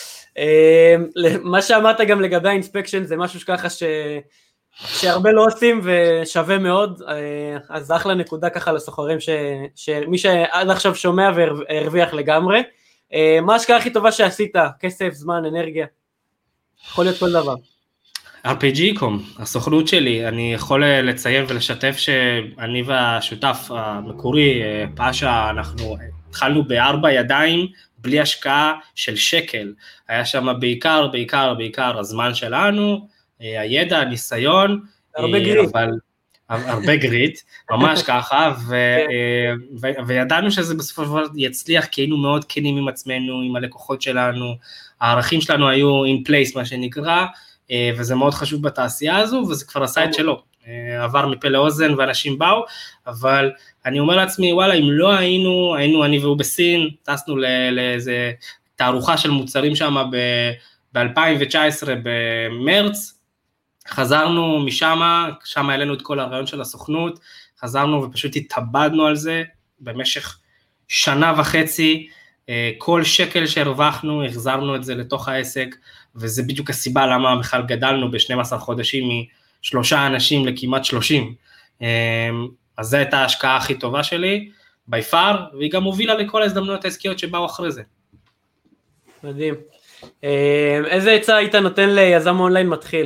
S1: מה שאמרת גם לגבי האינספקשן, זה משהו שככה ש... שהרבה לא עושים ושווה מאוד, אז אחלה נקודה ככה לסוחרים, ש... שמי שעד עכשיו שומע והרוויח לגמרי. מה ההשקעה הכי טובה שעשית? כסף, זמן, אנרגיה? יכול להיות כל דבר.
S2: אר פי ג'י קום, הסוכנות שלי, אני יכול לציין ולשתף שאני והשותף המקורי, פאשה, אנחנו התחלנו בארבע ידיים, בלי השקעה של שקל, היה שם בעיקר, בעיקר, בעיקר הזמן שלנו, הידע, הניסיון,
S1: הרבה גריד.
S2: אבל הרבה גריט, ממש ככה, וידענו שזה בסופו של דבר יצליח, כי היינו מאוד כנים עם עצמנו, עם הלקוחות שלנו, הערכים שלנו היו in place, מה שנקרא, וזה מאוד חשוב בתעשייה הזו, וזה כבר עשה את שלו, עבר מפה לאוזן, ואנשים באו, אבל אני אומר לעצמי, וואלה, אם לא היינו, היינו אני והוא בסין, טסנו לאיזה תערוכה של מוצרים שם ב-אלפיים תשע עשרה במרץ, חזרנו משם, שם העלינו את כל הרעיון של הסוכנות, חזרנו ופשוט התאבדנו על זה, במשך שנה וחצי, כל שקל שהרווחנו, החזרנו את זה לתוך העסק, וזה בדיוק הסיבה למה בכלל גדלנו ב-שנים עשר חודשים, משלושה אנשים לכמעט שלושים, אז זו הייתה ההשקעה הכי טובה שלי, by far, והיא גם הובילה לכל ההזדמנויות העסקיות שבאו אחרי זה.
S1: מדהים. איזה עצה היית נותן ליזם אונליין מתחיל?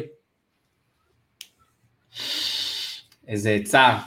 S2: איזה עצה,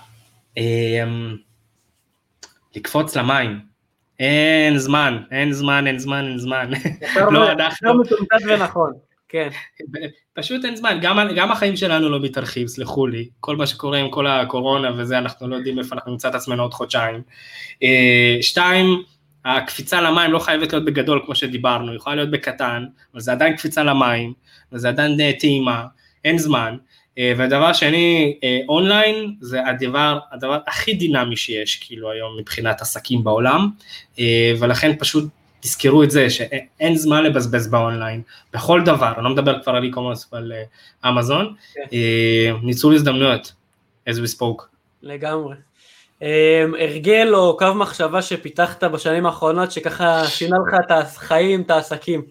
S2: לקפוץ למים, אין זמן, אין זמן, אין זמן, אין זמן.
S1: לא, אנחנו... לא מתומצת ונכון, כן.
S2: פשוט אין זמן, גם, גם החיים שלנו לא מתארחים, סלחו לי, כל מה שקורה עם כל הקורונה וזה, אנחנו לא יודעים איפה אנחנו נמצא את עצמנו עוד חודשיים. שתיים, הקפיצה למים לא חייבת להיות בגדול כמו שדיברנו, יכולה להיות בקטן, אבל זה עדיין קפיצה למים, וזה עדיין טעימה, אין זמן. והדבר שני, אונליין, זה הדבר, הדבר הכי דינמי שיש, כאילו היום מבחינת עסקים בעולם, ולכן פשוט תזכרו את זה, שאין זמן לבזבז באונליין, בכל דבר, אני לא מדבר כבר על e-commerce ועל אמזון, ניצול הזדמנויות, as we spoke.
S1: לגמרי. הרגל או קו מחשבה שפיתחת בשנים האחרונות, שככה שינה לך את החיים, את העסקים?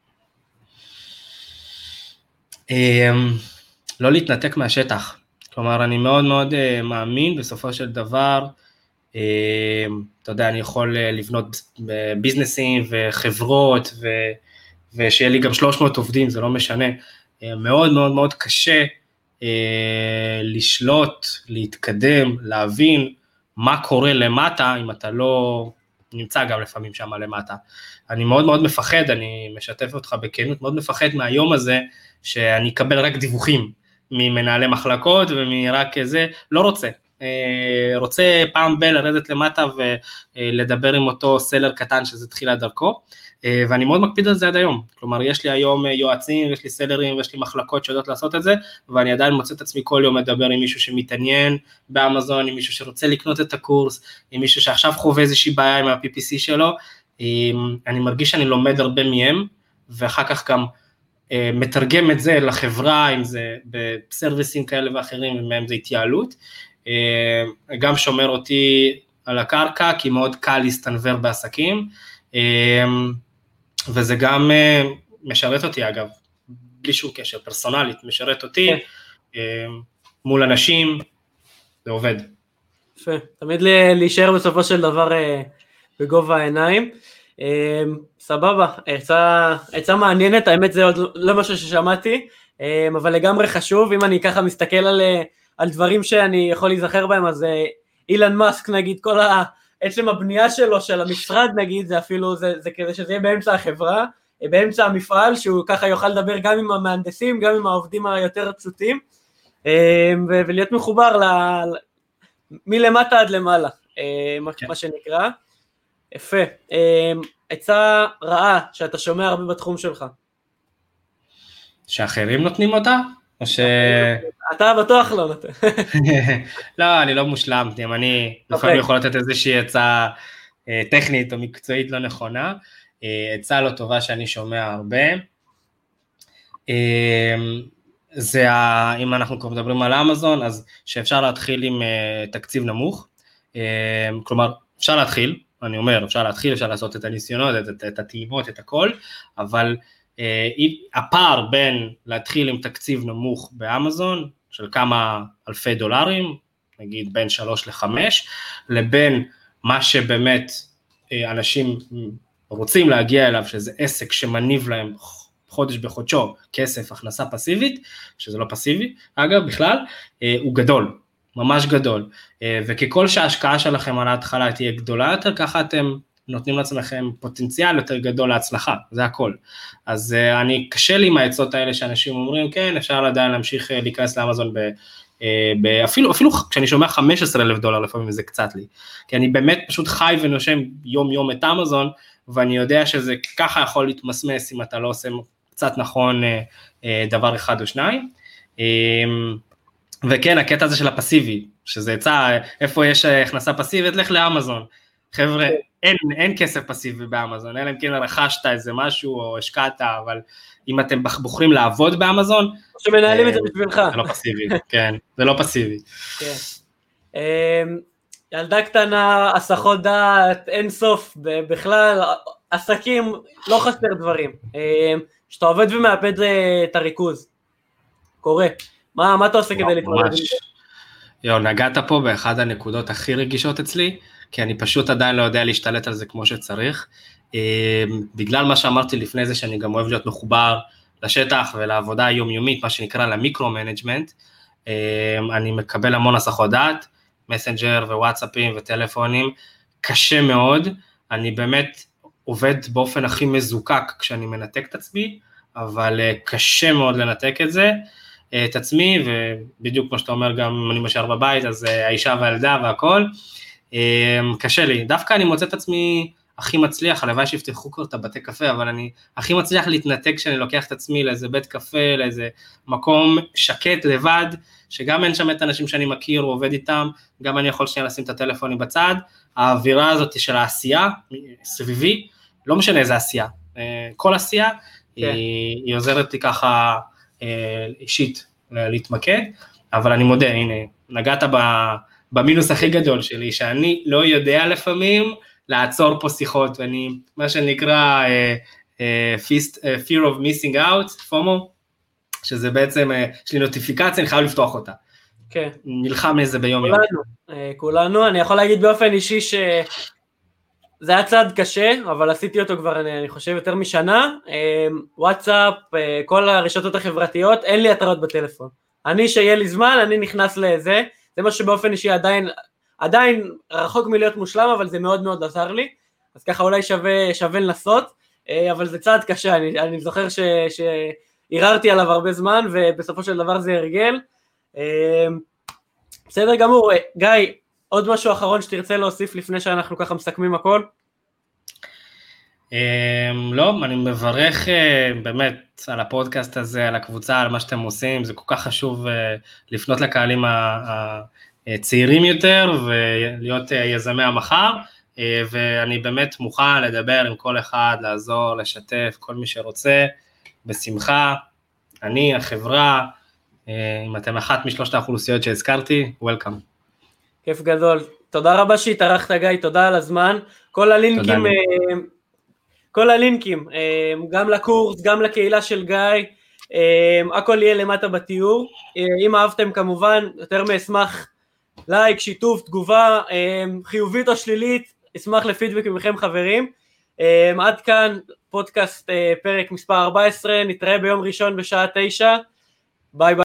S2: לא להתנתק מהשטח, כלומר אני מאוד מאוד uh, מאמין בסופו של דבר, uh, אתה יודע, אני יכול uh, לבנות ביזנסים וחברות, ו, ושיהיה לי גם שלוש מאות עובדים, זה לא משנה, uh, מאוד מאוד מאוד קשה uh, לשלוט, להתקדם, להבין מה קורה למטה, אם אתה לא נמצא גם לפעמים שם למטה. אני מאוד מאוד מפחד, אני משתף אותך בכנות, מאוד מפחד מהיום הזה, שאני אקבל רק דיווחים, ממנהלי מחלקות ומרק זה, לא רוצה, רוצה פעם ב לרדת למטה ולדבר עם אותו סלר קטן שזה תחילה דרכו, ואני מאוד מקפיד על זה עד היום, כלומר יש לי היום יועצים, יש לי סלרים ויש לי מחלקות שיודעות לעשות את זה, ואני עדיין מוצא את עצמי כל יום מדבר עם מישהו שמתעניין באמזון, עם מישהו שרוצה לקנות את הקורס, עם מישהו שעכשיו חווה איזושהי בעיה עם ה-פי פי סי שלו, אני מרגיש שאני לומד הרבה מהם, ואחר כך גם מתרגם את זה לחברה, אם זה בסרוויסים כאלה ואחרים, ומהם זה התייעלות, גם שומר אותי על הקרקע, כי מאוד קל להסתנבר בעסקים, וזה גם משרת אותי אגב, בלי שום קשר, פרסונלית, משרת אותי, מול אנשים, זה עובד.
S1: יפה, תמיד להישאר בסופו של דבר בגובה העיניים, סבבה, עצה מעניינת, האמת זה עוד לא משהו ששמעתי, אבל לגמרי חשוב, אם אני ככה מסתכל על, על דברים שאני יכול להיזכר בהם, אז אילן מאסק נגיד, כל עצם הבנייה שלו, של המשרד נגיד, זה אפילו, זה, זה כזה שזה יהיה באמצע החברה, באמצע המפעל, שהוא ככה יוכל לדבר גם עם המהנדסים, גם עם העובדים היותר פשוטים, ולהיות מחובר ל, מלמטה עד למעלה, כן. מה שנקרא. יפה. עצה רעה שאתה שומע הרבה בתחום שלך.
S2: שאחרים נותנים אותה? או ש...
S1: אתה בטוח לא נותן.
S2: לא, אני לא מושלם, אני לפעמים יכול לתת איזושהי עצה טכנית או מקצועית לא נכונה, עצה לא טובה שאני שומע הרבה, זה, אם אנחנו כבר מדברים על אמזון, אז שאפשר להתחיל עם תקציב נמוך, כלומר, אפשר להתחיל, אני אומר, אפשר להתחיל, אפשר לעשות את הניסיונות, את, את, את הטעימות, את הכל, אבל אה, הפער בין להתחיל עם תקציב נמוך באמזון, של כמה אלפי דולרים, נגיד בין שלוש לחמש, לבין מה שבאמת אה, אנשים רוצים להגיע אליו, שזה עסק שמניב להם חודש בחודשו, כסף, הכנסה פסיבית, שזה לא פסיבי, אגב, בכלל, אה, הוא גדול. ממש גדול, וככל שההשקעה שלכם על ההתחלה תהיה גדולה יותר, ככה אתם נותנים לעצמכם פוטנציאל יותר גדול להצלחה, זה הכל. אז אני קשה לי עם העצות האלה שאנשים אומרים, כן, אפשר עדיין להמשיך להיכנס לאמזון אפילו, אפילו כשאני שומע חמישה עשר אלף דולר לפעמים זה קצת לי, כי אני באמת פשוט חי ונושם יום יום את אמזון, ואני יודע שזה ככה יכול להתמסמס אם אתה לא עושה קצת נכון דבר אחד או שניים, וכן, הקטע הזה של הפסיבי, שזה יצא, איפה יש הכנסה פסיבית, לך לאמזון, חבר'ה, אין, אין כסף פסיבי באמזון, אלא אם כן רכשת איזה משהו או השקעת, אבל אם אתם בוחרים לעבוד באמזון,
S1: שמנהלים את זה בשבילך.
S2: זה לא פסיבי, כן, זה לא פסיבי.
S1: ילדה קטנה, הסחות דעת, אין סוף, בכלל, עסקים, לא חסר דברים. שאתה עובד ומאבד את הריכוז, קורה. מה, מה אתה עושה כדי להתמודד?
S2: יו, נגעת פה באחד הנקודות הכי רגישות אצלי, כי אני פשוט עדיין לא יודע להשתלט על זה כמו שצריך, בגלל מה שאמרתי לפני זה, שאני גם אוהב להיות מחובר לשטח ולעבודה היומיומית, מה שנקרא למיקרו-מנג'מנט, אני מקבל המון הסחות דעת, מסנג'ר ווואטסאפים וטלפונים, קשה מאוד, אני באמת עובד באופן הכי מזוקק כשאני מנתק את עצמי, אבל קשה מאוד לנתק את זה, את עצמי, ובדיוק כמו שאתה אומר, גם אם אני משאר בבית, אז האישה והילדה והכל, קשה לי, דווקא אני מוצא את עצמי הכי מצליח, הלוואי שיפתחו כבר את הבתי קפה, אבל אני הכי מצליח להתנתק כשאני לוקח את עצמי לאיזה בית קפה, לאיזה מקום שקט לבד, שגם אין שם את האנשים שאני מכיר או עובד איתם, גם אני יכול שנייה לשים את הטלפונים בצד, האווירה הזאת של העשייה, סביבי, לא משנה איזה עשייה, כל עשייה, היא, היא עוזרת לי ככה אישית להתמקד, אבל אני מודה, הנה, נגעת במינוס הכי גדול שלי, שאני לא יודע לפעמים לעצור פה שיחות, ואני, מה שנקרא fear of missing out, פומו, שזה בעצם, יש לי נוטיפיקציה, אני חייב לפתוח אותה.
S1: כן.
S2: נלחם לזה ביום יום.
S1: כולנו, כולנו, אני יכול להגיד באופן אישי ש... זה היה צעד קשה, אבל עשיתי אותו כבר, אני, אני חושב, יותר משנה, וואטסאפ, כל הרשתות החברתיות, אין לי התראות בטלפון. אני, שיהיה לי זמן, אני נכנס לזה, זה מה שבאופן אישי עדיין, עדיין רחוק מלהיות מושלם, אבל זה מאוד מאוד עזר לי, אז ככה אולי שווה, שווה לנסות, אבל זה צעד קשה, אני, אני זוכר ש, שהיררתי עליו הרבה זמן, ובסופו של דבר זה הרגל. בסדר גמור, גיא, עוד משהו אחרון שתרצה להוסיף לפני שאנחנו ככה מסכמים הכל?
S2: לא, אני מברך באמת על הפודקאסט הזה, על הקבוצה, על מה שאתם עושים, זה כל כך חשוב לפנות לקהלים הצעירים יותר, ולהיות יזמי המחר, ואני באמת מוכן לדבר עם כל אחד, לעזור, לשתף, כל מי שרוצה, בשמחה, אני, החברה, אם אתם אחת משלושת האוכלוסיות שהזכרתי, וולקאם.
S1: כיף גדול, תודה רבה שהתארחת גיא, תודה על הזמן, כל הלינקים, כל הלינקים, גם לקורס, גם לקהילה של גיא, הכל יהיה למטה בתיאור, אם אהבתם כמובן, יותר מאשמח לייק, שיתוף, תגובה, חיובית או שלילית, אשמח לפידבק מכם חברים, עד כאן פודקאסט פרק מספר ארבע עשרה, נתראה ביום ראשון בשעה תשע, ביי ביי.